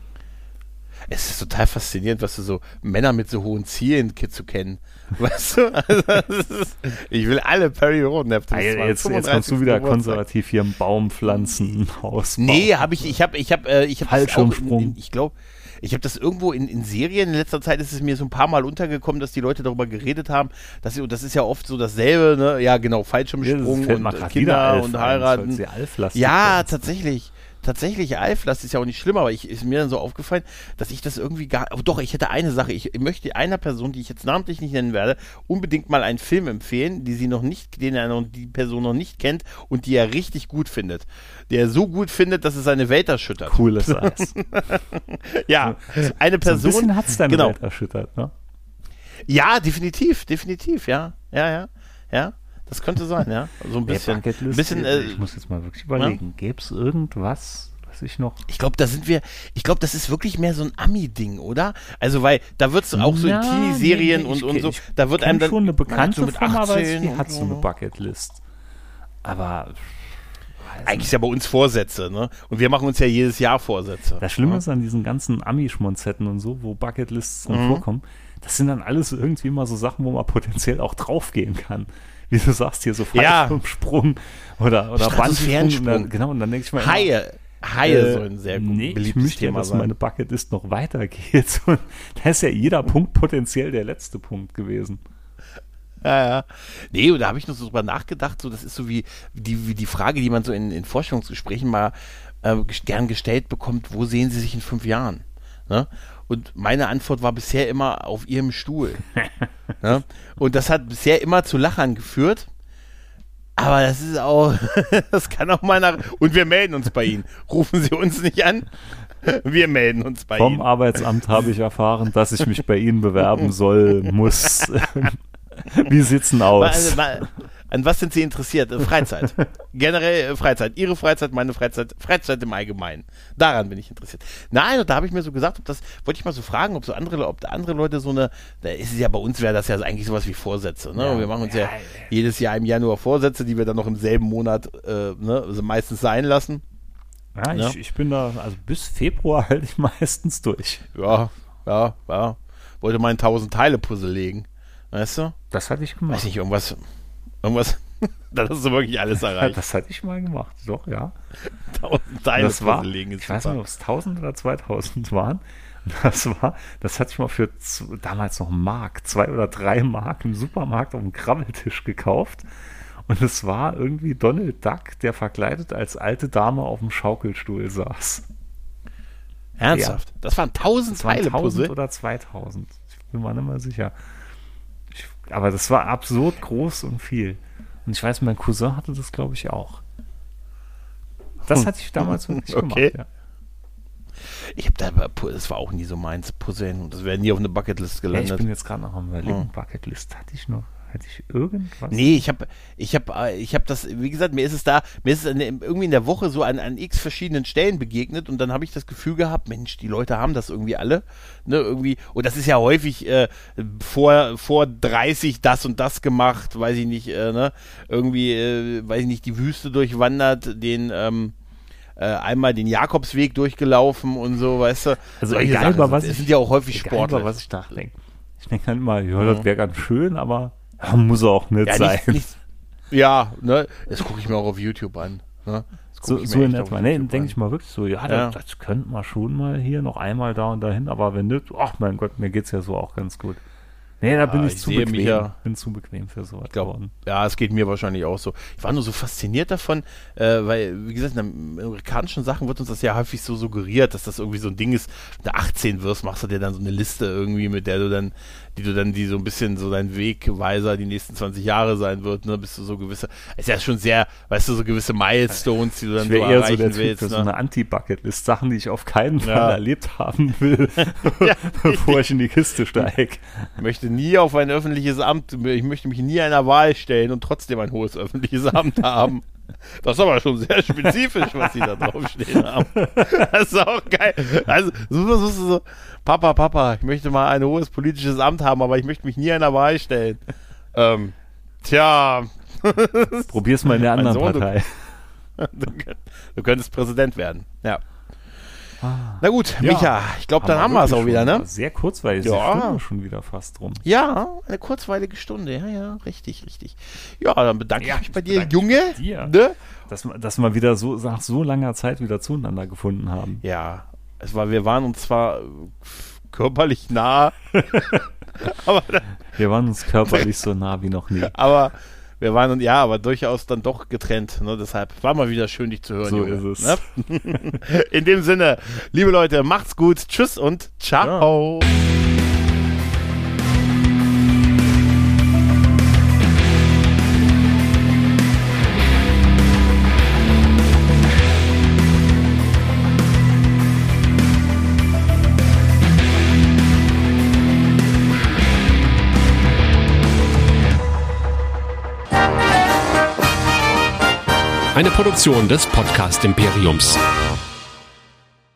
Es ist total faszinierend, was du so Männer mit so hohen Zielen ki- zu kennen. Weißt du? Also, das ist, ich will alle Perry Rodenhefte. Ah, jetzt, jetzt kommst du wieder konservativ hier einen Baum pflanzen, ein Haus bauen. Nee, habe ich, ich habe, ich habe, äh, ich habe Fallschirmsprung. ich glaube, ich habe das irgendwo in, in Serien, in letzter Zeit ist es mir so ein paar Mal untergekommen, dass die Leute darüber geredet haben, dass sie, und das ist ja oft so dasselbe, ne? Ja, genau, Ja, Fallschirmsprung das fällt und mir äh, grad Kinder wieder Alf und ein, heiraten. weil sie Alf-lastig Ja, sind. tatsächlich. Tatsächlich, Alf, das ist ja auch nicht schlimm, aber ich, ist mir dann so aufgefallen, dass ich das irgendwie gar, oh doch, ich hätte eine Sache, ich möchte einer Person, die ich jetzt namentlich nicht nennen werde, unbedingt mal einen Film empfehlen, die sie noch nicht, den er noch, die Person noch nicht kennt und die er richtig gut findet. Der er so gut findet, dass es seine Welt erschüttert. Cooles Eis. Ja, eine Person. So ein bisschen hat es deine genau. Welt erschüttert, ne? Ja, definitiv, definitiv, ja, ja, ja, ja. Das könnte sein, ja. So ein bisschen. Nee, Bucketlist, ein bisschen äh, ich muss jetzt mal wirklich überlegen, gäbe es irgendwas, was ich noch... ich glaube, da sind wir, ich glaube, das ist wirklich mehr so ein Ami-Ding, oder? Also, weil da wird es auch so in Ja, Teenie-Serien nee, nee, und, ich und kenn- so, ich da wird kenn einem dann schon eine man hat bekannte so mit Firma, aber achtzehn die und hat so eine so. Bucketlist. Aber Eigentlich ist ja bei uns Vorsätze, ne? Und wir machen uns ja jedes Jahr Vorsätze. das Schlimme ja? ist an diesen ganzen Ami-Schmonzetten und so, wo Bucketlists drin Mhm. vorkommen, das sind dann alles irgendwie mal so Sachen, wo man potenziell auch draufgehen kann. Wie du sagst, hier so Ja. Fallschirmsprung oder, oder Bandsprung. Stratosphärensprung. Und dann- Genau, und dann denke ich mal, immer, Haie. Haie äh, sollen sehr gut nee, ich beliebtes möchte ja, Thema dass sein. meine Bucketlist noch weitergeht. Und da ist ja jeder Punkt potenziell der letzte Punkt gewesen. Ja, ja. Nee, und da habe ich noch so drüber nachgedacht, so das ist so wie die, wie die Frage, die man so in, in Forschungsgesprächen mal äh, ges- gern gestellt bekommt, wo sehen Sie sich in fünf Jahren? Ne? Und meine Antwort war bisher immer auf Ihrem Stuhl. Ne? Und das hat bisher immer zu Lachern geführt. Aber das ist auch, das kann auch mal nach, und wir melden uns bei Ihnen. Rufen Sie uns nicht an, wir melden uns bei Vom Ihnen. Arbeitsamt habe ich erfahren, dass ich mich bei Ihnen bewerben soll, muss. Wie sieht's denn aus? Wa- wa- An was sind Sie interessiert? Äh, Freizeit. Generell äh, Freizeit. Ihre Freizeit, meine Freizeit, Freizeit im Allgemeinen. Daran bin ich interessiert. Nein, und da habe ich mir so gesagt, ob das, wollte ich mal so fragen, ob so andere, ob andere Leute so eine, da ist es ja bei uns, wäre das ja eigentlich sowas wie Vorsätze. Ne? Ja, wir machen uns ja, ja, ja jedes Jahr im Januar Vorsätze, die wir dann noch im selben Monat äh, ne, also meistens sein lassen. Ja, ja. Ich, ich bin da, also bis Februar halte ich meistens durch. Ja, ja, ja. Wollte mal ein tausend-Teile-Puzzle legen. Weißt du? Das hatte ich gemacht. Weiß nicht, irgendwas, irgendwas, dann hast du wirklich alles erreicht. Das hatte ich mal gemacht, doch, ja. tausend-Teile-Puzzle legen ist Ich weiß nicht, ob es tausend oder zweitausend waren. Das war, das hatte ich mal für z- damals noch Mark, zwei oder drei Mark im Supermarkt auf dem Krabbeltisch gekauft. Und es war irgendwie Donald Duck, der verkleidet als alte Dame auf dem Schaukelstuhl saß. Ernsthaft? Ja. Das waren tausend-Teile-Puzzle? tausend oder zweitausend. Ich bin mir nicht mehr sicher. Ich, aber das war absurd groß und viel. Und ich weiß, mein Cousin hatte das, glaube ich, auch. Das hatte ich damals wirklich okay. gemacht, ja. Ich habe da, das war auch nie so meins, Puzzeln. Das wäre nie auf eine Bucketlist gelandet. Ja, ich bin jetzt gerade noch am überlegen, hm. Bucketlist hatte ich noch. Hatte ich irgendwas? Nee, ich habe ich hab, ich hab das, wie gesagt, mir ist es da, mir ist es irgendwie in der Woche so an, an x verschiedenen Stellen begegnet und dann habe ich das Gefühl gehabt, Mensch, die Leute haben das irgendwie alle, ne, irgendwie, und das ist ja häufig äh, vor, vor dreißig das und das gemacht, weiß ich nicht, äh, ne, irgendwie, äh, weiß ich nicht, die Wüste durchwandert, den, ähm, äh, einmal den Jakobsweg durchgelaufen und so, weißt du. Also egal, über was das ich, sind ja auch häufig egal, Sportler. Über was ich nachdenke. Ich denke halt immer, ja, das wäre ganz schön, aber ja, muss auch nicht ja, sein. Nicht, nicht, ja, ne, das gucke ich mir auch auf YouTube an. Ne? So, so in etwa. Ne, denke ich mal wirklich so, ja, ja. Das, das könnte man schon mal hier noch einmal da und dahin, aber wenn nicht, ach mein Gott, mir geht's ja so auch ganz gut. Nee, da bin ja, ich, ich zu bequem. Ja, bin zu bequem für sowas geworden. Ja, es geht mir wahrscheinlich auch so. Ich war nur so fasziniert davon, äh, weil, wie gesagt, in amerikanischen Sachen wird uns das ja häufig so suggeriert, dass das irgendwie so ein Ding ist, wenn du achtzehn wirst, machst du dir dann so eine Liste irgendwie, mit der du dann, die du dann, die so ein bisschen so dein Wegweiser die nächsten zwanzig Jahre sein wird, ne, bist du so gewisse, ist ja schon sehr, weißt du, so gewisse Milestones, die du dann ich so eher erreichen so der willst. Typ für ne? so eine Anti-Bucket-List, Sachen, die ich auf keinen Fall ja. erlebt haben will, ja, bevor ich in die Kiste steige. Ich möchte nie auf ein öffentliches Amt, ich möchte mich nie einer Wahl stellen und trotzdem ein hohes öffentliches Amt haben. Das ist aber schon sehr spezifisch, was sie da draufstehen haben. Das ist auch geil. Also, so, so, so, Papa, Papa, ich möchte mal ein hohes politisches Amt haben, aber ich möchte mich nie einer Wahl stellen. Ähm, tja. Probier's mal in der anderen Sohn, Partei. Du, du könntest Präsident werden. Ja. Na gut, ja, Micha, ich glaube, dann haben wir es auch wieder, ne? Sehr kurzweilig, ja. Die Stunde schon wieder fast rum. Ja, eine kurzweilige Stunde, ja, ja, richtig, richtig. Ja, dann bedanke ja, ich mich bei dir, Junge. Bei dir. Ne? Dass, dass wir wieder so nach so langer Zeit wieder zueinander gefunden haben. Ja, es war, wir waren uns zwar körperlich nah, aber wir waren uns körperlich so nah wie noch nie. Aber wir waren, ja, aber durchaus dann doch getrennt. Ne? Deshalb war mal wieder schön, dich zu hören. So Junge, ist es. Ne? In dem Sinne, liebe Leute, macht's gut. Tschüss und ciao. Ja. Eine Produktion des Podcast Imperiums.